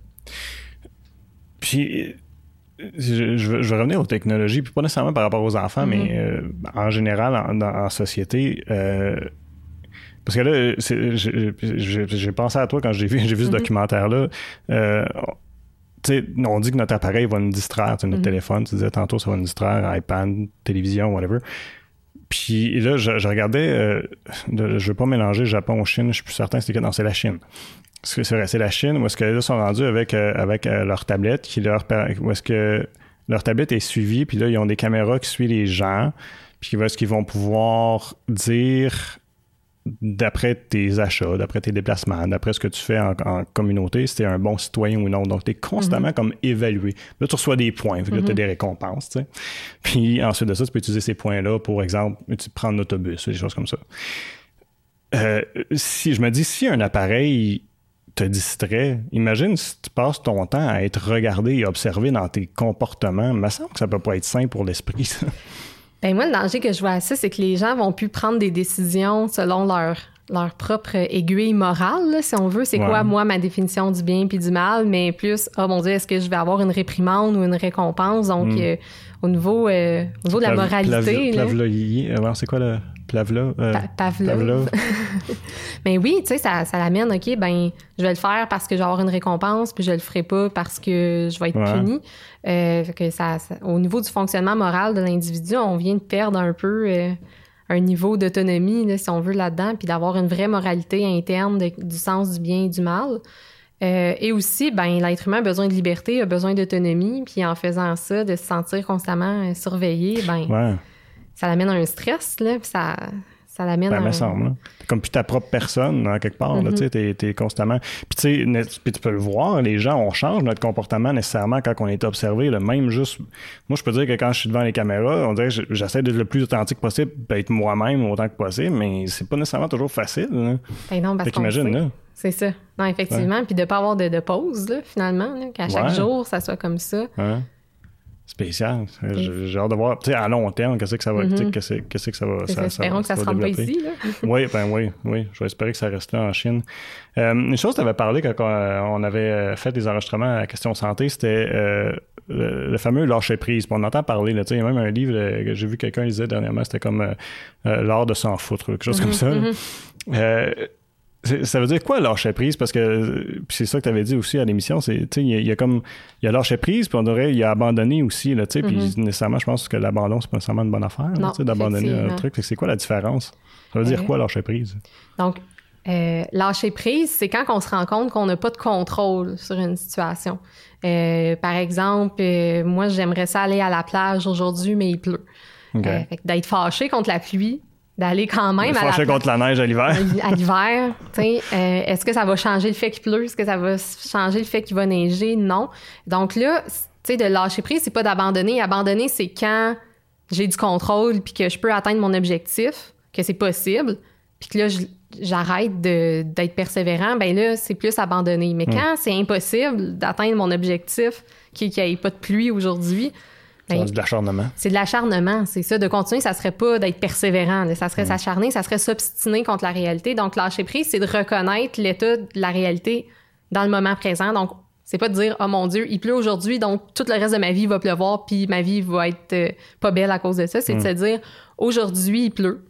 Puis, je, je, veux, je veux revenir aux technologies, puis pas nécessairement par rapport aux enfants, mm-hmm. mais euh, en général, en, en, en société... Euh, Parce que là, c'est, j'ai, j'ai, j'ai pensé à toi quand j'ai vu, j'ai vu ce mm-hmm. documentaire-là. Euh, tu sais, on dit que notre appareil va nous distraire, notre mm-hmm. téléphone, tu disais tantôt, ça va nous distraire, iPad, télévision, whatever. Puis là, je, je regardais, euh, de, je veux pas mélanger Japon ou Chine, je suis plus certain, c'était que non, c'est la Chine. Parce que c'est vrai, c'est la Chine où est-ce que là, ils sont rendus avec, euh, avec euh, leur tablette, qui leur, où est-ce que leur tablette est suivie, puis là, ils ont des caméras qui suivent les gens, puis où est-ce qu'ils vont pouvoir dire... d'après tes achats, d'après tes déplacements, d'après ce que tu fais en, en communauté, si t'es un bon citoyen ou non. Donc, t'es constamment mm-hmm. comme évalué. Là, tu reçois des points, puis là, mm-hmm. t'as des récompenses, tu sais. Puis ensuite de ça, tu peux utiliser ces points-là, pour exemple, tu prends l'autobus, des choses comme ça. Euh, si je me dis, si un appareil te distrait, imagine si tu passes ton temps à être regardé et observé dans tes comportements. Il me semble que ça peut pas être sain pour l'esprit, ça. Ben moi, le danger que je vois à ça, c'est que les gens vont plus prendre des décisions selon leur, leur propre aiguille morale, là, si on veut. C'est ouais. quoi, moi, ma définition du bien puis du mal, mais plus, oh mon Dieu, est-ce que je vais avoir une réprimande ou une récompense? Donc, mm. euh, au niveau, euh, au niveau de la Plav- moralité... Pavlovier, alors c'est quoi le... Plavla, euh, pa- Pavlov. Pavlov. Mais oui, tu sais, ça, ça l'amène, OK, ben je vais le faire parce que je vais avoir une récompense, puis je le ferai pas parce que je vais être ouais. puni. Euh, fait que ça, ça, au niveau du fonctionnement moral de l'individu, on vient de perdre un peu euh, un niveau d'autonomie, là, si on veut, là-dedans, puis d'avoir une vraie moralité interne de, du sens du bien et du mal. Euh, et aussi, ben l'être humain a besoin de liberté, a besoin d'autonomie, puis en faisant ça, de se sentir constamment surveillé, ben... Ouais. Ça l'amène à un stress, là, puis ça, ça l'amène ben, à... me semble, là. T'es comme plus ta propre personne, hein, quelque part, mm-hmm. là, tu sais, t'es, t'es constamment... Puis tu sais, tu peux le voir, les gens, on change notre comportement nécessairement quand on est observé, là, même juste... Moi, je peux dire que quand je suis devant les caméras, on dirait que j'essaie d'être le plus authentique possible, d'être moi-même autant que possible, mais c'est pas nécessairement toujours facile, là. Ben non, parce qu'on sait. Là. C'est ça. Non, effectivement, ouais. Puis de pas avoir de, de pause, là, finalement, là, qu'à chaque ouais. jour, ça soit comme ça. Ouais. spécial. J'ai, j'ai hâte de voir, tu sais, à long terme, qu'est-ce que ça va, mm-hmm. qu'est-ce, qu'est-ce que ça va, ça, espérons ça, que ça, ça se rende pas ici, là. Oui, ben oui, oui. Je vais espérer que ça reste là en Chine. Euh, une chose que tu avais parlé quand on avait fait des enregistrements à Question Santé, c'était euh, le, le fameux lâcher prise. On entend parler, là, tu sais, il y a même un livre que j'ai vu quelqu'un lisait dernièrement, c'était comme euh, euh, l'art de s'en foutre, quelque chose mm-hmm, comme ça. Mm-hmm. Euh, ça veut dire quoi lâcher prise? Parce que c'est ça que tu avais dit aussi à l'émission, c'est, tu sais, il y, y a comme, il y a lâché prise, puis on dirait, il y a abandonné aussi, là, tu sais, puis mm-hmm. nécessairement, je pense que l'abandon, c'est pas nécessairement une bonne affaire, là, d'abandonner un truc. C'est quoi la différence? Ça veut dire euh, quoi lâcher prise? Donc, euh, lâcher prise, c'est quand on se rend compte qu'on n'a pas de contrôle sur une situation. Euh, par exemple, euh, moi, j'aimerais ça aller à la plage aujourd'hui, mais il pleut. Okay. Euh, fait que d'être fâché contre la pluie, d'aller quand même à la fâché contre la neige à l'hiver. À l'hiver, tu sais, euh, est-ce que ça va changer le fait qu'il pleut? Est-ce que ça va changer le fait qu'il va neiger? Non. Donc là, tu sais, de lâcher prise, c'est pas d'abandonner. Abandonner, c'est quand j'ai du contrôle puis que je peux atteindre mon objectif, que c'est possible, puis que là, je, j'arrête de, d'être persévérant, ben là, c'est plus abandonner. Mais quand mm. c'est impossible d'atteindre mon objectif, qu'il n'y ait pas de pluie aujourd'hui, ben, c'est de l'acharnement. C'est de l'acharnement, c'est ça. De continuer, ça serait pas d'être persévérant. Là. Ça serait mmh. s'acharner, ça serait s'obstiner contre la réalité. Donc, lâcher prise, c'est de reconnaître l'état de la réalité dans le moment présent. Donc, c'est pas de dire « Oh mon Dieu, il pleut aujourd'hui, donc tout le reste de ma vie va pleuvoir, puis ma vie va être euh, pas belle à cause de ça. » C'est mmh. de se dire « Aujourd'hui, il pleut.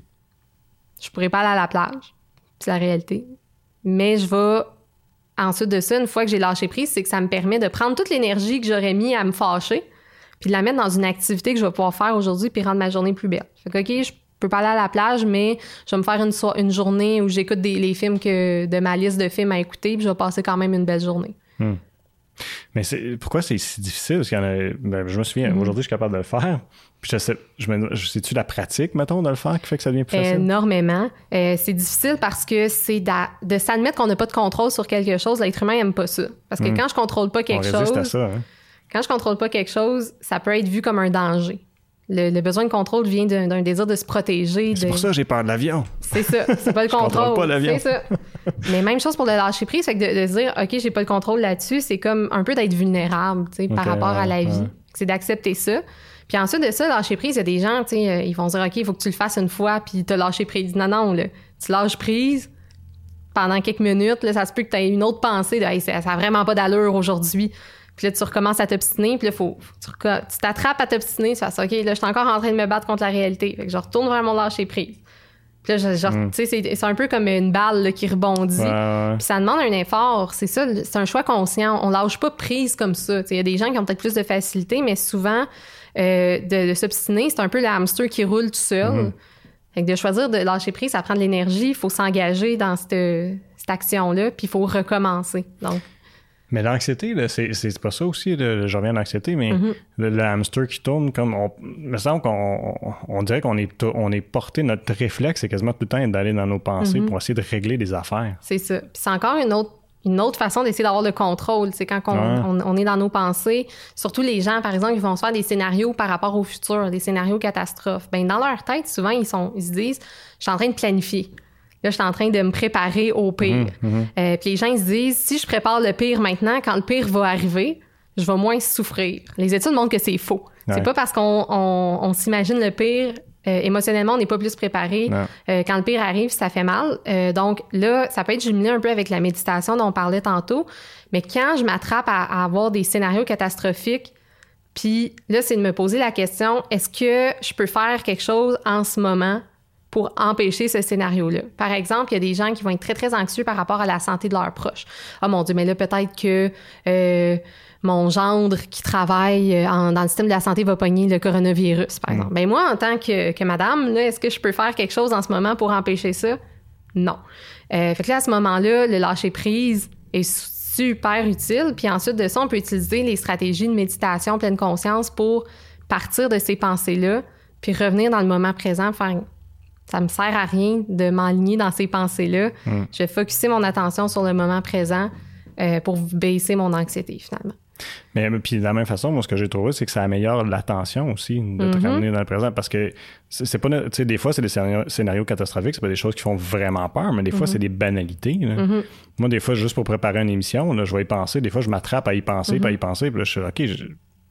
Je pourrais pas aller à la plage. » C'est la réalité. Mais je vais... Ensuite de ça, une fois que j'ai lâché prise, c'est que ça me permet de prendre toute l'énergie que j'aurais mis à me fâcher puis de la mettre dans une activité que je vais pouvoir faire aujourd'hui puis rendre ma journée plus belle. Fait que, OK, je peux pas aller à la plage, mais je vais me faire une, so- une journée où j'écoute des, les films que de ma liste de films à écouter puis je vais passer quand même une belle journée. Hmm. Mais c'est, pourquoi c'est si difficile? Parce qu'il y en a, ben, je me souviens, mm-hmm. aujourd'hui, je suis capable de le faire. Puis je sais, je me, c'est-tu la pratique, mettons, de le faire qui fait que ça devient plus facile? Énormément. Euh, c'est difficile parce que c'est da, de s'admettre qu'on n'a pas de contrôle sur quelque chose. L'être humain n'aime pas ça. Parce que mm. quand je contrôle pas quelque On chose... à ça, hein? Quand je contrôle pas quelque chose, ça peut être vu comme un danger. Le, le besoin de contrôle vient d'un, d'un désir de se protéger. C'est de... pour ça que j'ai peur de l'avion. C'est ça, c'est pas le je contrôle. contrôle pas l'avion. C'est ça. Mais même chose pour le lâcher prise, fait que de, de se dire, OK, j'ai pas le contrôle là-dessus, c'est comme un peu d'être vulnérable, tu sais, okay, par rapport à la vie. Ouais. C'est d'accepter ça. Puis ensuite de ça, lâcher prise, il y a des gens, tu sais, ils vont dire, OK, il faut que tu le fasses une fois, puis t'as lâché prise. Non, non, là, tu lâches prise pendant quelques minutes, là, ça se peut que tu aies une autre pensée de, hey, ça, ça a vraiment pas d'allure aujourd'hui. Puis là, tu recommences à t'obstiner, puis là, faut, tu, tu t'attrapes à t'obstiner, tu fais ça, OK, là, je suis encore en train de me battre contre la réalité. Fait que je retourne vers mon lâcher prise. Puis là, genre, mm. tu sais, c'est, c'est un peu comme une balle là, qui rebondit. Ouais, ouais. Puis ça demande un effort. C'est ça, c'est un choix conscient. On lâche pas prise comme ça. Il y a des gens qui ont peut-être plus de facilité, mais souvent, euh, de, de s'obstiner, c'est un peu le hamster qui roule tout seul. Mm. Fait que de choisir de lâcher prise, ça prend de l'énergie. Il faut s'engager dans cette, cette action-là, puis il faut recommencer. Donc... Mais l'anxiété, là, c'est, c'est pas ça aussi, là, je reviens à l'anxiété, mais mm-hmm. le, le hamster qui tourne, comme on, il me semble qu'on on, on dirait qu'on est, on est porté, notre réflexe, c'est quasiment tout le temps d'aller dans nos pensées mm-hmm. pour essayer de régler des affaires. C'est ça. Puis c'est encore une autre, une autre façon d'essayer d'avoir le contrôle, c'est quand on, ouais. on, on est dans nos pensées. Surtout les gens, par exemple, ils vont se faire des scénarios par rapport au futur, des scénarios catastrophes. Ben dans leur tête, souvent, ils, sont, ils se disent, je suis en train de planifier. Là, je suis en train de me préparer au pire. Mmh, mmh. Euh, puis les gens, ils se disent, si je prépare le pire maintenant, quand le pire va arriver, je vais moins souffrir. Les études montrent que c'est faux. Ouais. C'est pas parce qu'on on, on s'imagine le pire, euh, émotionnellement, on n'est pas plus préparé. Euh, quand le pire arrive, ça fait mal. Euh, donc là, ça peut être jumelé un peu avec la méditation dont on parlait tantôt. Mais quand je m'attrape à, à avoir des scénarios catastrophiques, puis là, c'est de me poser la question, est-ce que je peux faire quelque chose en ce moment pour empêcher ce scénario-là? Par exemple, il y a des gens qui vont être très, très anxieux par rapport à la santé de leurs proches. « Ah, mon Dieu, mais là, peut-être que euh, mon gendre qui travaille en, dans le système de la santé va pogner le coronavirus, par exemple. Mmh. » Ben moi, en tant que, que madame, là, est-ce que je peux faire quelque chose en ce moment pour empêcher ça? Non. Euh, fait que là, à ce moment-là, le lâcher-prise est super utile. Puis ensuite de ça, on peut utiliser les stratégies de méditation pleine conscience pour partir de ces pensées-là puis revenir dans le moment présent, faire... Ça me sert à rien de m'aligner dans ces pensées-là. Mm. Je vais focusser mon attention sur le moment présent euh, pour baisser mon anxiété, finalement. Mais puis de la même façon, moi, ce que j'ai trouvé, c'est que ça améliore l'attention aussi, de te mm-hmm. ramener dans le présent. Parce que c'est, c'est pas... Tu sais, des fois, c'est des scénarios, scénarios catastrophiques, c'est pas des choses qui font vraiment peur, mais des fois, mm-hmm. c'est des banalités. Là. Mm-hmm. Moi, des fois, juste pour préparer une émission, là, je vais y penser. Des fois, je m'attrape à y penser, mm-hmm. puis à y penser, puis là, je suis OK, je...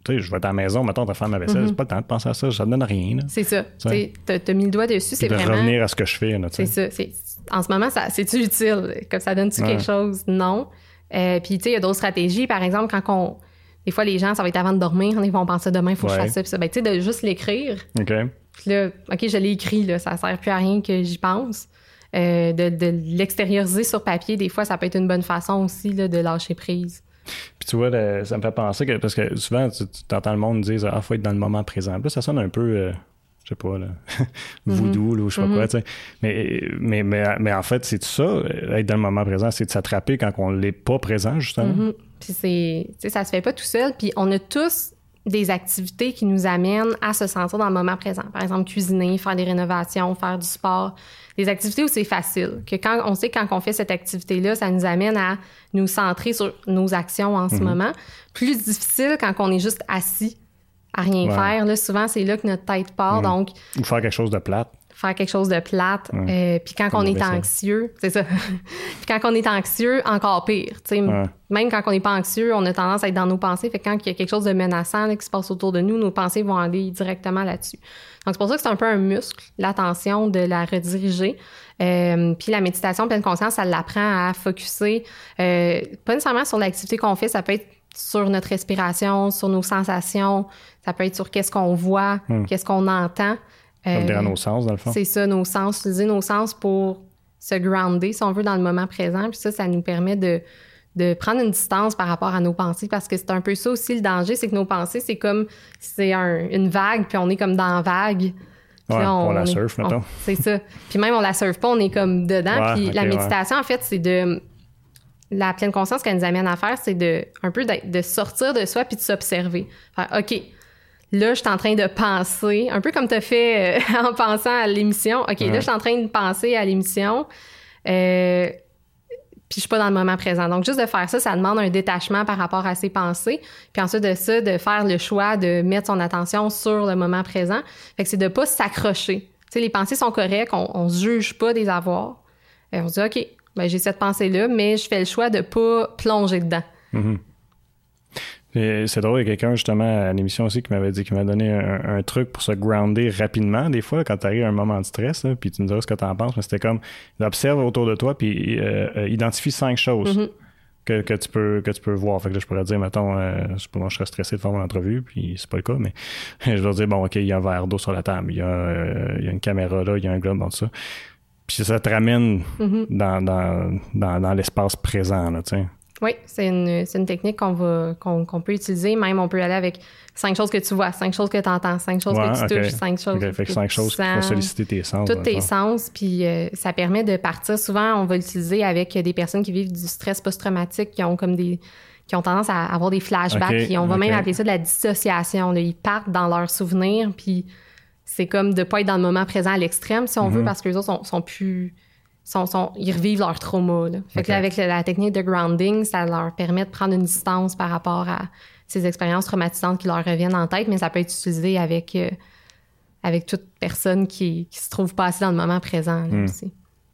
sais, je vais être à la maison, mettons, ta femme ma vaisselle, mm-hmm. c'est pas le temps de penser à ça, ça ne donne rien. Là. C'est ça. Tu as mis le doigt dessus, c'est de vraiment... De revenir à ce que je fais. Là, c'est ça. C'est... En ce moment, ça, c'est-tu utile? Comme ça donne-tu ouais. quelque chose? Non. Euh, puis, tu sais, il y a d'autres stratégies. Par exemple, quand on... Des fois, les gens, ça va être avant de dormir, ils vont penser demain, il faut ouais. que je fasse ça, puis ça. Ben, tu sais, de juste l'écrire. OK. Puis là, OK, je l'ai écrit, là, ça sert plus à rien que j'y pense. Euh, de, de l'extérioriser sur papier, des fois, ça peut être une bonne façon aussi là, de lâcher prise. Puis tu vois, là, ça me fait penser que, parce que souvent, tu, tu entends le monde dire « Ah, faut être dans le moment présent ». Puis là, ça sonne un peu... Euh... je sais pas, là, voodoo, mm-hmm. là, ou je sais pas mm-hmm. quoi, tu sais. Mais, mais, mais, mais en fait, c'est tout ça, être dans le moment présent, c'est de s'attraper quand on l'est pas présent, justement. Mm-hmm. Puis c'est, tu sais, ça se fait pas tout seul. Puis on a tous des activités qui nous amènent à se sentir dans le moment présent. Par exemple, cuisiner, faire des rénovations, faire du sport. Des activités où c'est facile. Que quand on sait que quand on fait cette activité-là, ça nous amène à nous centrer sur nos actions en ce mm-hmm. moment. Plus difficile quand on est juste assis à rien ouais. faire. Là, souvent, c'est là que notre tête part. Mmh. Donc, ou faire quelque chose de plate. Faire quelque chose de plate. Ouais. Euh, puis quand Comme on est anxieux, c'est ça. Puis quand on est anxieux, encore pire. Ouais. Même quand on n'est pas anxieux, on a tendance à être dans nos pensées. Fait que quand il y a quelque chose de menaçant là, qui se passe autour de nous, nos pensées vont aller directement là-dessus. Donc, c'est pour ça que c'est un peu un muscle, l'attention, de la rediriger. Euh, puis la méditation pleine conscience, ça l'apprend à focusser, euh, pas nécessairement sur l'activité qu'on fait, ça peut être sur notre respiration, sur nos sensations, ça peut être sur qu'est-ce qu'on voit, hum. qu'est-ce qu'on entend. Ça veut dire à nos sens, dans le fond. C'est ça, nos sens, utiliser nos sens pour se grounder, si on veut, dans le moment présent. Puis ça, ça nous permet de, de prendre une distance par rapport à nos pensées, parce que c'est un peu ça aussi le danger, c'est que nos pensées, c'est comme, c'est un, une vague, puis on est comme dans la vague. Puis ouais, là, on, on la on surfe, est, mettons. On, c'est ça. Puis même, on la surfe pas, on est comme dedans. Ouais, puis okay, la méditation, ouais. en fait, c'est de... La pleine conscience qu'elle nous amène à faire, c'est de un peu de, de sortir de soi puis de s'observer. Faire, OK, là, je suis en train de penser, un peu comme tu as fait euh, en pensant à l'émission. OK, ouais. là, je suis en train de penser à l'émission, euh, puis je suis pas dans le moment présent. Donc, juste de faire ça, ça demande un détachement par rapport à ses pensées. Puis ensuite de ça, de faire le choix de mettre son attention sur le moment présent. Fait que c'est de pas s'accrocher. Tu sais, les pensées sont correctes, on, on se juge pas des avoirs. Et on se dit, OK, ben, j'ai cette pensée-là, mais je fais le choix de pas plonger dedans. Mm-hmm. Et c'est drôle, il y a quelqu'un justement à l'émission aussi qui m'avait dit, qui m'a donné un, un truc pour se grounder rapidement, des fois, quand tu arrives à un moment de stress, là, puis tu nous diras ce que tu en penses, mais c'était comme, observe autour de toi, puis euh, euh, identifie cinq choses mm-hmm. que, que, tu peux, que tu peux voir. Fait que là, je pourrais dire, mettons, euh, je sais pas, moi, je serais stressé de faire mon entrevue, puis c'est pas le cas, mais je vais dire, bon, OK, il y a un verre d'eau sur la table, il y a, euh, il y a une caméra là, il y a un globe dans tout ça. Puis ça te ramène mm-hmm. dans, dans, dans, dans l'espace présent, là, tu sais. Oui, c'est une, c'est une technique qu'on va qu'on, qu'on peut utiliser. Même, on peut aller avec cinq choses que tu vois, cinq choses que tu entends, cinq choses ouais, que tu okay. touches, cinq choses okay. fait que, que cinq tu choses sens. Qui vont solliciter tes sens. Tous tes sens, puis euh, ça permet de partir. Souvent, on va l'utiliser avec des personnes qui vivent du stress post-traumatique, qui ont comme des... qui ont tendance à avoir des flashbacks, okay. puis on va okay. même appeler ça de la dissociation. Là. Ils partent dans leurs souvenirs, puis c'est comme de ne pas être dans le moment présent à l'extrême, si on mm-hmm. veut, parce que les autres sont, sont plus... Sont, sont, ils revivent leur trauma. Là. Fait okay. que là, avec la, la technique de grounding, ça leur permet de prendre une distance par rapport à ces expériences traumatisantes qui leur reviennent en tête, mais ça peut être utilisé avec, euh, avec toute personne qui, qui se trouve pas assez dans le moment présent là, mm. aussi.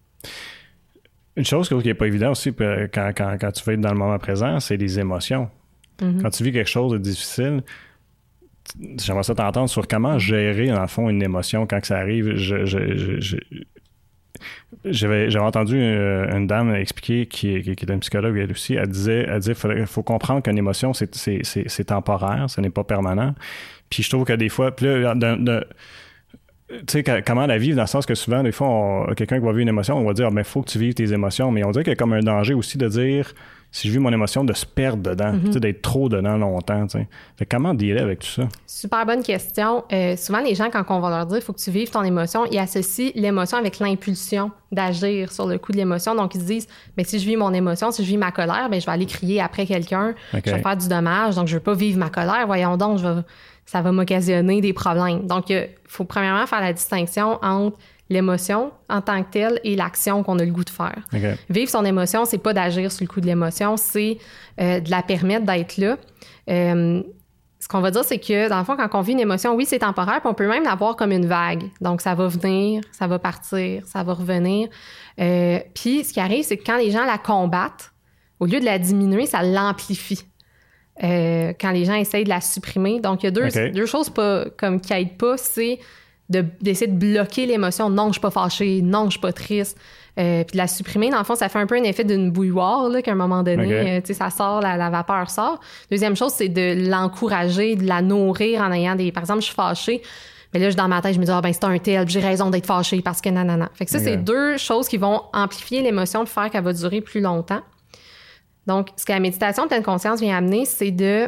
Une chose qui n'est pas évidente aussi quand, quand, quand tu veux être dans le moment présent, c'est les émotions. Mm-hmm. Quand tu vis quelque chose de difficile, j'aimerais ça t'entendre sur comment gérer, dans le fond, une émotion quand que ça arrive. Je, je, je, je, J'avais, j'avais entendu une, une dame expliquer, qui, qui, qui est une psychologue elle aussi, elle disait, elle disait, il faut comprendre qu'une émotion, c'est, c'est, c'est, c'est temporaire, ce n'est pas permanent. Puis je trouve que des fois, puis là, de, de, tu sais, comment la vivre, dans le sens que souvent, des fois, on, quelqu'un qui va vivre une émotion, on va dire, il ah, faut que tu vives tes émotions. Mais on dirait qu'il y a comme un danger aussi de dire, si je vis mon émotion, de se perdre dedans, mm-hmm. d'être trop dedans longtemps. T'sais. Fait comment dealer avec tout ça? Super bonne question. Euh, souvent, les gens, quand on va leur dire il faut que tu vives ton émotion, ils associent l'émotion avec l'impulsion d'agir sur le coup de l'émotion. Donc, ils se disent, ben, si je vis mon émotion, si je vis ma colère, ben, je vais aller crier après quelqu'un, okay. je vais faire du dommage, donc je ne veux pas vivre ma colère. Voyons donc, je vais, ça va m'occasionner des problèmes. Donc, il faut premièrement faire la distinction entre l'émotion en tant que telle et l'action qu'on a le goût de faire. Okay. Vivre son émotion, c'est pas d'agir sur le coup de l'émotion, c'est euh, de la permettre d'être là. Euh, ce qu'on va dire, c'est que, dans le fond, quand on vit une émotion, oui, c'est temporaire, puis on peut même l'avoir comme une vague. Donc, ça va venir, ça va partir, ça va revenir. Euh, puis, ce qui arrive, c'est que quand les gens la combattent, au lieu de la diminuer, ça l'amplifie. euh, quand les gens essayent de la supprimer. Donc, il y a deux, okay. deux choses pas, comme qui n'aident pas, c'est de, d'essayer de bloquer l'émotion. Non, je suis pas fâchée. Non, je suis pas triste. Euh, puis de la supprimer, dans le fond, ça fait un peu un effet d'une bouilloire, là, qu'à un moment donné, okay. euh, tu sais, ça sort, la, la vapeur sort. Deuxième chose, c'est de l'encourager, de la nourrir en ayant des... Par exemple, je suis fâchée, mais là, je, dans ma tête, je me dis, ah ben c'est un tel, j'ai raison d'être fâchée parce que nanana. Fait que ça, okay. c'est deux choses qui vont amplifier l'émotion pour faire qu'elle va durer plus longtemps. Donc, ce que la méditation de pleine conscience vient amener, c'est de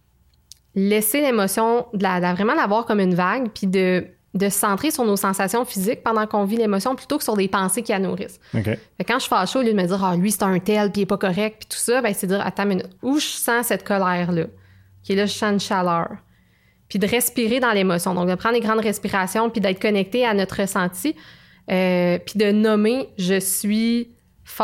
laisser l'émotion, de la, de vraiment l'avoir comme une vague, puis de... de se centrer sur nos sensations physiques pendant qu'on vit l'émotion plutôt que sur des pensées qui la nourrissent. Okay. Fait que quand je suis fâchée, au lieu de me dire « Ah, lui, c'est un tel, puis il est pas correct, puis tout ça », ben c'est de dire « Attends une minute, où je sens cette colère-là? » Qui est là, je sens une chaleur. Puis de respirer dans l'émotion. Donc, de prendre des grandes respirations, puis d'être connecté à notre ressenti, euh, puis de nommer « Je suis fâchée »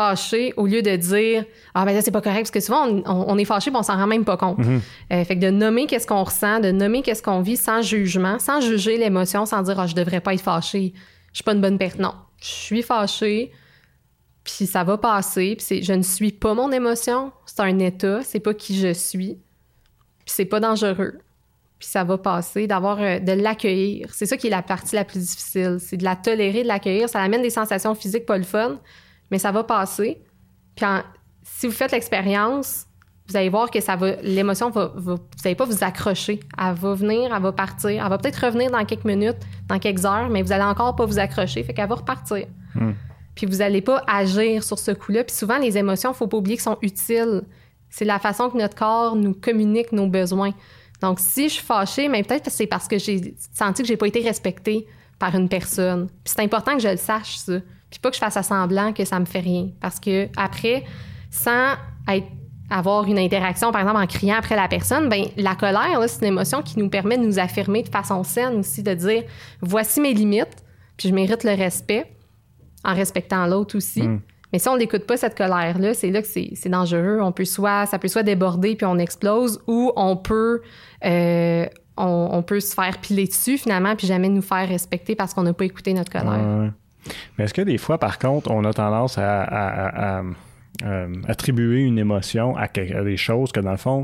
au lieu de dire « Ah, ben là, c'est pas correct », parce que souvent, on, on, on est fâché, puis on s'en rend même pas compte. Mm-hmm. Euh, fait que de nommer qu'est-ce qu'on ressent, de nommer qu'est-ce qu'on vit sans jugement, sans juger l'émotion, sans dire « Ah, je devrais pas être fâchée, je suis pas une bonne personne ». Non, je suis fâchée, puis ça va passer, puis c'est, je ne suis pas mon émotion, c'est un état, c'est pas qui je suis, puis c'est pas dangereux. Puis ça va passer, d'avoir euh, de l'accueillir. C'est ça qui est la partie la plus difficile, c'est de la tolérer, de l'accueillir. Ça amène des sensations physiques pas le fun, mais ça va passer. Puis en, si vous faites l'expérience, vous allez voir que ça va, l'émotion va, va vous n'allez pas vous accrocher. Elle va venir, elle va partir. Elle va peut-être revenir dans quelques minutes, dans quelques heures, mais vous allez encore pas vous accrocher. Fait qu'elle va repartir. Mm. Puis vous n'allez pas agir sur ce coup-là. Puis souvent, les émotions, il ne faut pas oublier qu'elles sont utiles. C'est la façon que notre corps nous communique nos besoins. Donc, si je suis fâchée, mais peut-être que c'est parce que j'ai senti que j'ai pas été respectée par une personne. Puis c'est important que je le sache, ça. Puis pas que je fasse à semblant que ça me fait rien. Parce que après, sans être, avoir une interaction, par exemple, en criant après la personne, ben la colère, là, c'est une émotion qui nous permet de nous affirmer de façon saine aussi, de dire « Voici mes limites, puis je mérite le respect », en respectant l'autre aussi. Mm. Mais si on n'écoute pas cette colère-là, c'est là que c'est, c'est dangereux. On peut soit, ça peut soit déborder puis on explose, ou on peut, euh, on, on peut se faire piler dessus finalement puis jamais nous faire respecter parce qu'on n'a pas écouté notre colère. Ouais. Mais est-ce que des fois, par contre, on a tendance à, à, à, à euh, attribuer une émotion à, à des choses que dans le fond,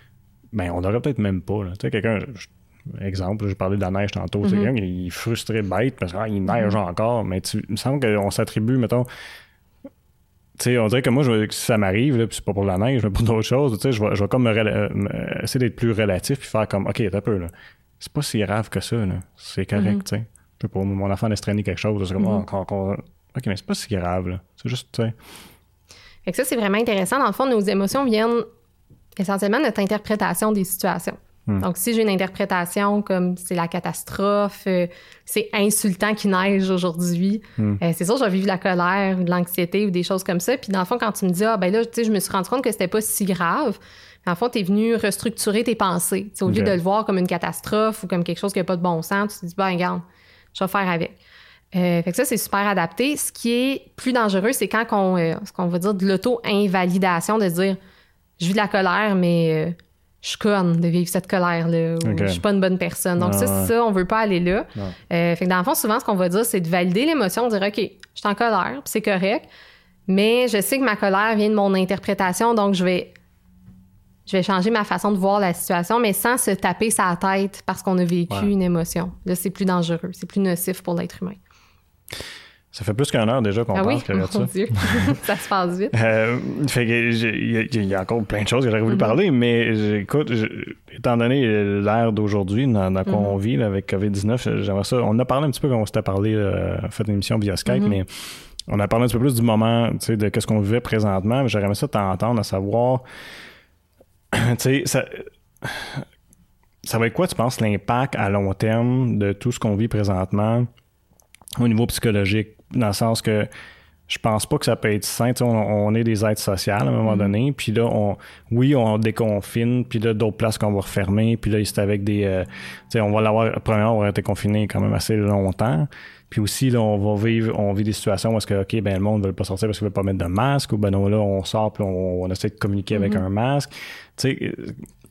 ben on n'aurait peut-être même pas. Tu sais, quelqu'un... Je, exemple, j'ai parlé de la neige tantôt, mm-hmm. c'est quelqu'un qui est frustré bête parce qu'il ah, neige mm-hmm. encore, mais tu, il me semble qu'on s'attribue, mettons. Tu sais, on dirait que moi, je, si ça m'arrive, là, puis c'est pas pour la neige, mais pour d'autres choses, tu sais, je vais, je vais comme me, me, essayer d'être plus relatif puis faire comme, OK, attends un peu, là. C'est pas si grave que ça, là. C'est correct, mm-hmm. tu sais. Je sais pas, mon enfant laisse traîner quelque chose, c'est comme, mm-hmm. oh, encore, encore. OK, mais c'est pas si grave, là. C'est juste, tu sais. Fait que ça, c'est vraiment intéressant. Dans le fond, nos émotions viennent essentiellement de notre interprétation des situations. Mm. Donc, si j'ai une interprétation comme c'est la catastrophe, euh, c'est insultant qu'il neige aujourd'hui, mm. euh, c'est sûr, je vais vivre de la colère ou de l'anxiété ou des choses comme ça. Puis, dans le fond, quand tu me dis, ah, ben là, tu sais, je me suis rendu compte que c'était pas si grave, dans le fond, t'es venu restructurer tes pensées. T'sais, au okay. lieu de le voir comme une catastrophe ou comme quelque chose qui n'a pas de bon sens, tu te dis, ben, regarde, je vais faire avec. Euh, fait que ça, c'est super adapté. Ce qui est plus dangereux, c'est quand on, euh, ce qu'on va dire de l'auto-invalidation, de dire, je vis de la colère, mais. Euh, je suis conne de vivre cette colère-là, ou okay. je suis pas une bonne personne. Donc, ah, ça, c'est ça, on veut pas aller là. Euh, fait que dans le fond, souvent, ce qu'on va dire, c'est de valider l'émotion, de dire, OK, je suis en colère, puis c'est correct, mais je sais que ma colère vient de mon interprétation, donc je vais, je vais changer ma façon de voir la situation, mais sans se taper sa tête parce qu'on a vécu ouais. une émotion. Là, c'est plus dangereux, c'est plus nocif pour l'être humain. Ça fait plus qu'une heure déjà qu'on ah pense oui? que ça. Mon Dieu, ça se passe vite. Euh, fait que il y, y a encore plein de choses que j'aurais voulu mm-hmm. parler, mais écoute, je, étant donné l'ère d'aujourd'hui dans, dans quoi mm-hmm. on vit là, avec covid dix-neuf, j'aimerais ça. On a parlé un petit peu quand on s'était parlé, euh, fait une émission via Skype, mm-hmm. mais on a parlé un petit peu plus du moment, tu sais, de qu'est-ce qu'on vivait présentement. Mais j'aimerais ça t'entendre, à savoir, tu sais, ça. Ça va être quoi, tu penses, l'impact à long terme de tout ce qu'on vit présentement au niveau psychologique? Dans le sens que je pense pas que ça peut être sain. On, on est des êtres sociaux à un moment mm-hmm. donné. Puis là, on, oui, on déconfine. Puis là, d'autres places qu'on va refermer. Puis là, c'est avec des... Euh, on va l'avoir... Premièrement, on va être confiné quand même assez longtemps. Puis aussi, là, on va vivre... On vit des situations où est-ce que, OK, ben le monde ne veut pas sortir parce qu'il ne veut pas mettre de masque. Ou ben non, là, on sort puis on, on essaie de communiquer mm-hmm. avec un masque. Tu sais...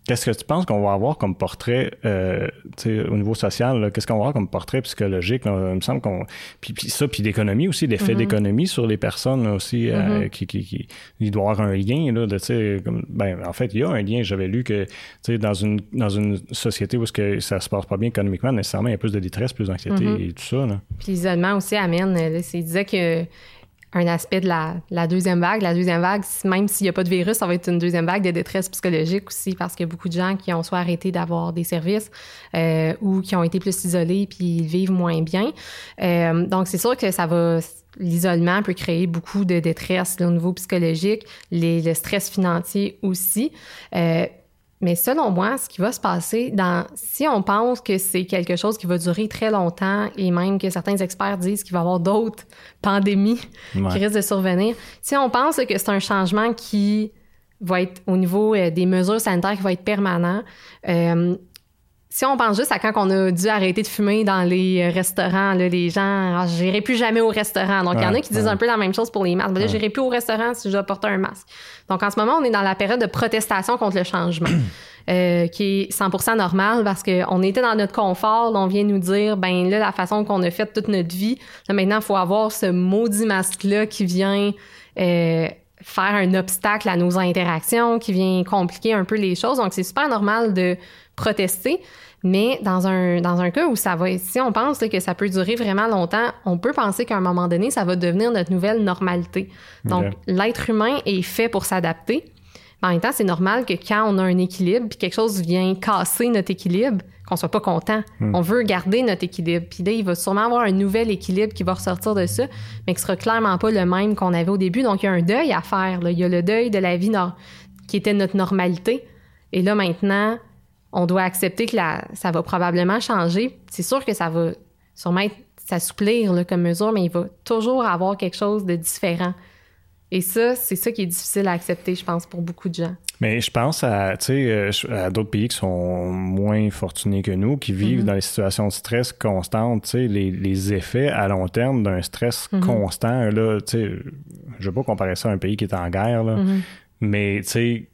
qu'est-ce que tu penses qu'on va avoir comme portrait euh, au niveau social? Là, qu'est-ce qu'on va avoir comme portrait psychologique? Là? Il me semble qu'on... Puis, puis ça, puis d'économie aussi, l'effet mm-hmm. d'économie sur les personnes là, aussi. Mm-hmm. Euh, qui, qui, qui, il doit y avoir un lien. Là, de, comme, ben, en fait, il y a un lien. J'avais lu que dans une, dans une société où que ça se passe pas bien économiquement, nécessairement, il y a plus de détresse, plus d'anxiété mm-hmm. et tout ça. Là. Puis l'isolement aussi amène... Là, il disait que un aspect de la, la deuxième vague. La deuxième vague, même s'il n'y a pas de virus, ça va être une deuxième vague de détresse psychologique aussi, parce qu'il y a beaucoup de gens qui ont soit arrêté d'avoir des services euh, ou qui ont été plus isolés puis ils vivent moins bien. Euh, donc, c'est sûr que ça va... L'isolement peut créer beaucoup de détresse là, au niveau psychologique, les, le stress financier aussi. Euh, Mais selon moi, ce qui va se passer, dans, si on pense que c'est quelque chose qui va durer très longtemps et même que certains experts disent qu'il va y avoir d'autres pandémies ouais. qui risquent de survenir, si on pense que c'est un changement qui va être au niveau euh, des mesures sanitaires qui va être permanent, euh, si on pense juste à quand on a dû arrêter de fumer dans les restaurants, là, les gens, ah, j'irai plus jamais au restaurant. Donc, il ouais, y en a qui disent ouais. un peu la même chose pour les masques. Ben là, ouais. j'irai plus au restaurant si je dois porter un masque. Donc, en ce moment, on est dans la période de protestation contre le changement, euh, qui est cent pour cent normal parce qu'on était dans notre confort. Là, on vient nous dire, ben là, la façon qu'on a fait toute notre vie, là, maintenant, il faut avoir ce maudit masque-là qui vient... Euh, faire un obstacle à nos interactions, qui vient compliquer un peu les choses. Donc, c'est super normal de protester, mais dans un, dans un cas où ça va... Si on pense là, que ça peut durer vraiment longtemps, on peut penser qu'à un moment donné, ça va devenir notre nouvelle normalité. Donc, okay. l'être humain est fait pour s'adapter. Mais en même temps, c'est normal que quand on a un équilibre, puis quelque chose vient casser notre équilibre, qu'on soit pas content. Mm. On veut garder notre équilibre. Puis là, il va sûrement avoir un nouvel équilibre qui va ressortir de ça, mais qui sera clairement pas le même qu'on avait au début. Donc, il y a un deuil à faire. Là. Il y a le deuil de la vie no- qui était notre normalité. Et là, maintenant, on doit accepter que la, ça va probablement changer. C'est sûr que ça va sûrement être, s'assouplir là, comme mesure, mais il va toujours avoir quelque chose de différent. Et ça, c'est ça qui est difficile à accepter, je pense, pour beaucoup de gens. Mais je pense à, tu sais, à d'autres pays qui sont moins fortunés que nous, qui vivent mm-hmm. dans des situations de stress constantes, tu sais, les, les effets à long terme d'un stress mm-hmm. constant, là, tu sais, je veux pas comparer ça à un pays qui est en guerre, là, mm-hmm. mais, tu sais,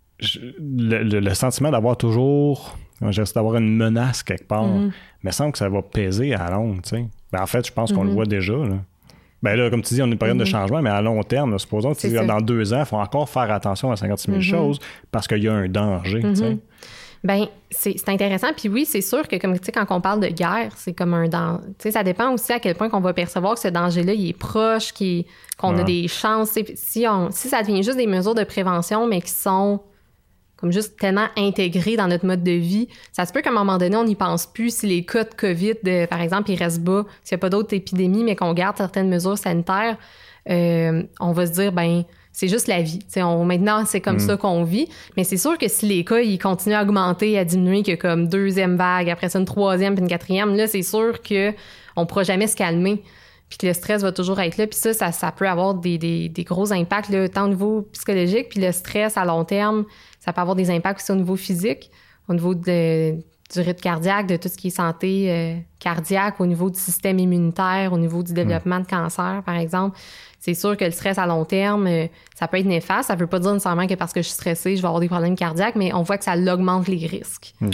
le, le, le sentiment d'avoir toujours, d'avoir une menace quelque part, mm-hmm. me semble que ça va peser à longue, tu sais. Ben, en fait, je pense qu'on mm-hmm. le voit déjà, là. Ben là, comme tu dis, on a une période mm-hmm. de changement, mais à long terme, là, supposons que tu dis, dans deux ans, il faut encore faire attention à cinquante-six mille mm-hmm. choses parce qu'il y a un danger. Mm-hmm. Tu sais. Ben c'est, c'est intéressant. Puis oui, c'est sûr que comme tu sais, quand on parle de guerre, c'est comme un danger. Tu sais, ça dépend aussi à quel point qu'on va percevoir que ce danger-là, il est proche, qu'il, qu'on ouais. a des chances. Si, on, si ça devient juste des mesures de prévention, mais qui sont comme juste tellement intégrés dans notre mode de vie, ça se peut qu'à un moment donné, on n'y pense plus. Si les cas de COVID, de, par exemple, ils restent bas, s'il n'y a pas d'autres épidémies, mais qu'on garde certaines mesures sanitaires, euh, on va se dire, ben c'est juste la vie. T'sais, on, maintenant, c'est comme mmh. ça qu'on vit. Mais c'est sûr que si les cas, ils continuent à augmenter, à diminuer, que comme deuxième vague, après ça, une troisième puis une quatrième, là, c'est sûr qu'on ne pourra jamais se calmer. Puis que le stress va toujours être là. Puis ça, ça, ça peut avoir des, des, des gros impacts, là, tant au niveau psychologique, puis le stress à long terme, ça peut avoir des impacts aussi au niveau physique, au niveau de, du rythme cardiaque, de tout ce qui est santé euh, cardiaque, au niveau du système immunitaire, au niveau du développement mmh. de cancer, par exemple. C'est sûr que le stress à long terme, euh, ça peut être néfaste. Ça veut pas dire nécessairement que parce que je suis stressée, je vais avoir des problèmes cardiaques, mais on voit que ça augmente les risques. OK.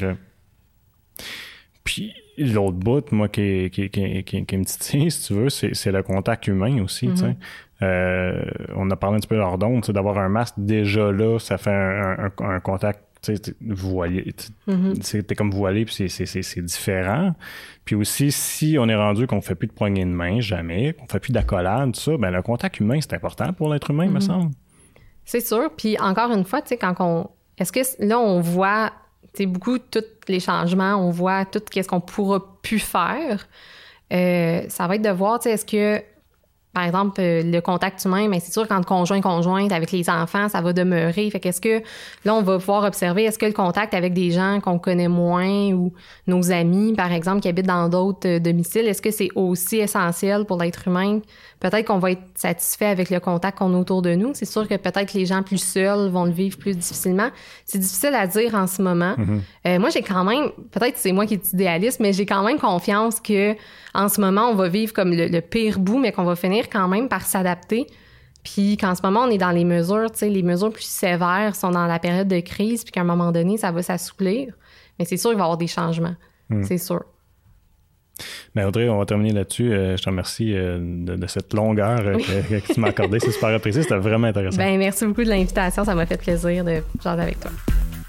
Puis l'autre bout, moi, qui, qui, qui, qui, qui me titille, si tu veux, c'est, c'est le contact humain aussi, mm-hmm. tu sais. Euh, on a parlé un petit peu hors d'onde, tu sais, d'avoir un masque déjà là, ça fait un, un, un contact, tu sais, voilé. Mm-hmm. T'es comme voilé, puis c'est, c'est, c'est, c'est différent. Puis aussi, si on est rendu qu'on fait plus de poignées de main, jamais, qu'on fait plus d'accolade, tout ça, ben le contact humain, c'est important pour l'être humain, mm-hmm. me semble. C'est sûr. Puis encore une fois, tu sais, quand on... Est-ce que là, on voit... C'est beaucoup tous les changements, on voit tout ce qu'on pourra plus faire. Euh, ça va être de voir, tu sais, est-ce que, par exemple, euh, le contact humain, mais c'est sûr quand conjoint-conjointe avec les enfants, ça va demeurer. Fait qu'est-ce que, là, on va pouvoir observer, est-ce que le contact avec des gens qu'on connaît moins ou nos amis, par exemple, qui habitent dans d'autres euh, domiciles, est-ce que c'est aussi essentiel pour l'être humain? Peut-être qu'on va être satisfait avec le contact qu'on a autour de nous. C'est sûr que peut-être les gens plus seuls vont le vivre plus difficilement. C'est difficile à dire en ce moment. Mm-hmm. Euh, moi, j'ai quand même, peut-être c'est moi qui est idéaliste, mais j'ai quand même confiance que en ce moment, on va vivre comme le, le pire bout, mais qu'on va finir quand même par s'adapter. Puis qu'en ce moment, on est dans les mesures, tu sais, les mesures plus sévères sont dans la période de crise, puis qu'à un moment donné, ça va s'assouplir. Mais c'est sûr qu'il va y avoir des changements. Mm. C'est sûr. Ben Audrey, on va terminer là-dessus. Euh, je te remercie euh, de, de cette longueur euh, que, que tu m'as accordée. C'est super apprécié. C'était vraiment intéressant. Ben merci beaucoup de l'invitation. Ça m'a fait plaisir de jaser avec toi.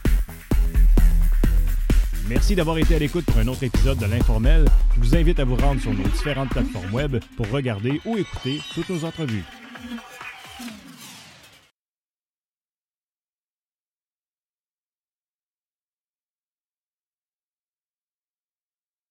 Merci d'avoir été à l'écoute pour un autre épisode de l'Informel. Je vous invite à vous rendre sur nos différentes plateformes web pour regarder ou écouter toutes nos entrevues.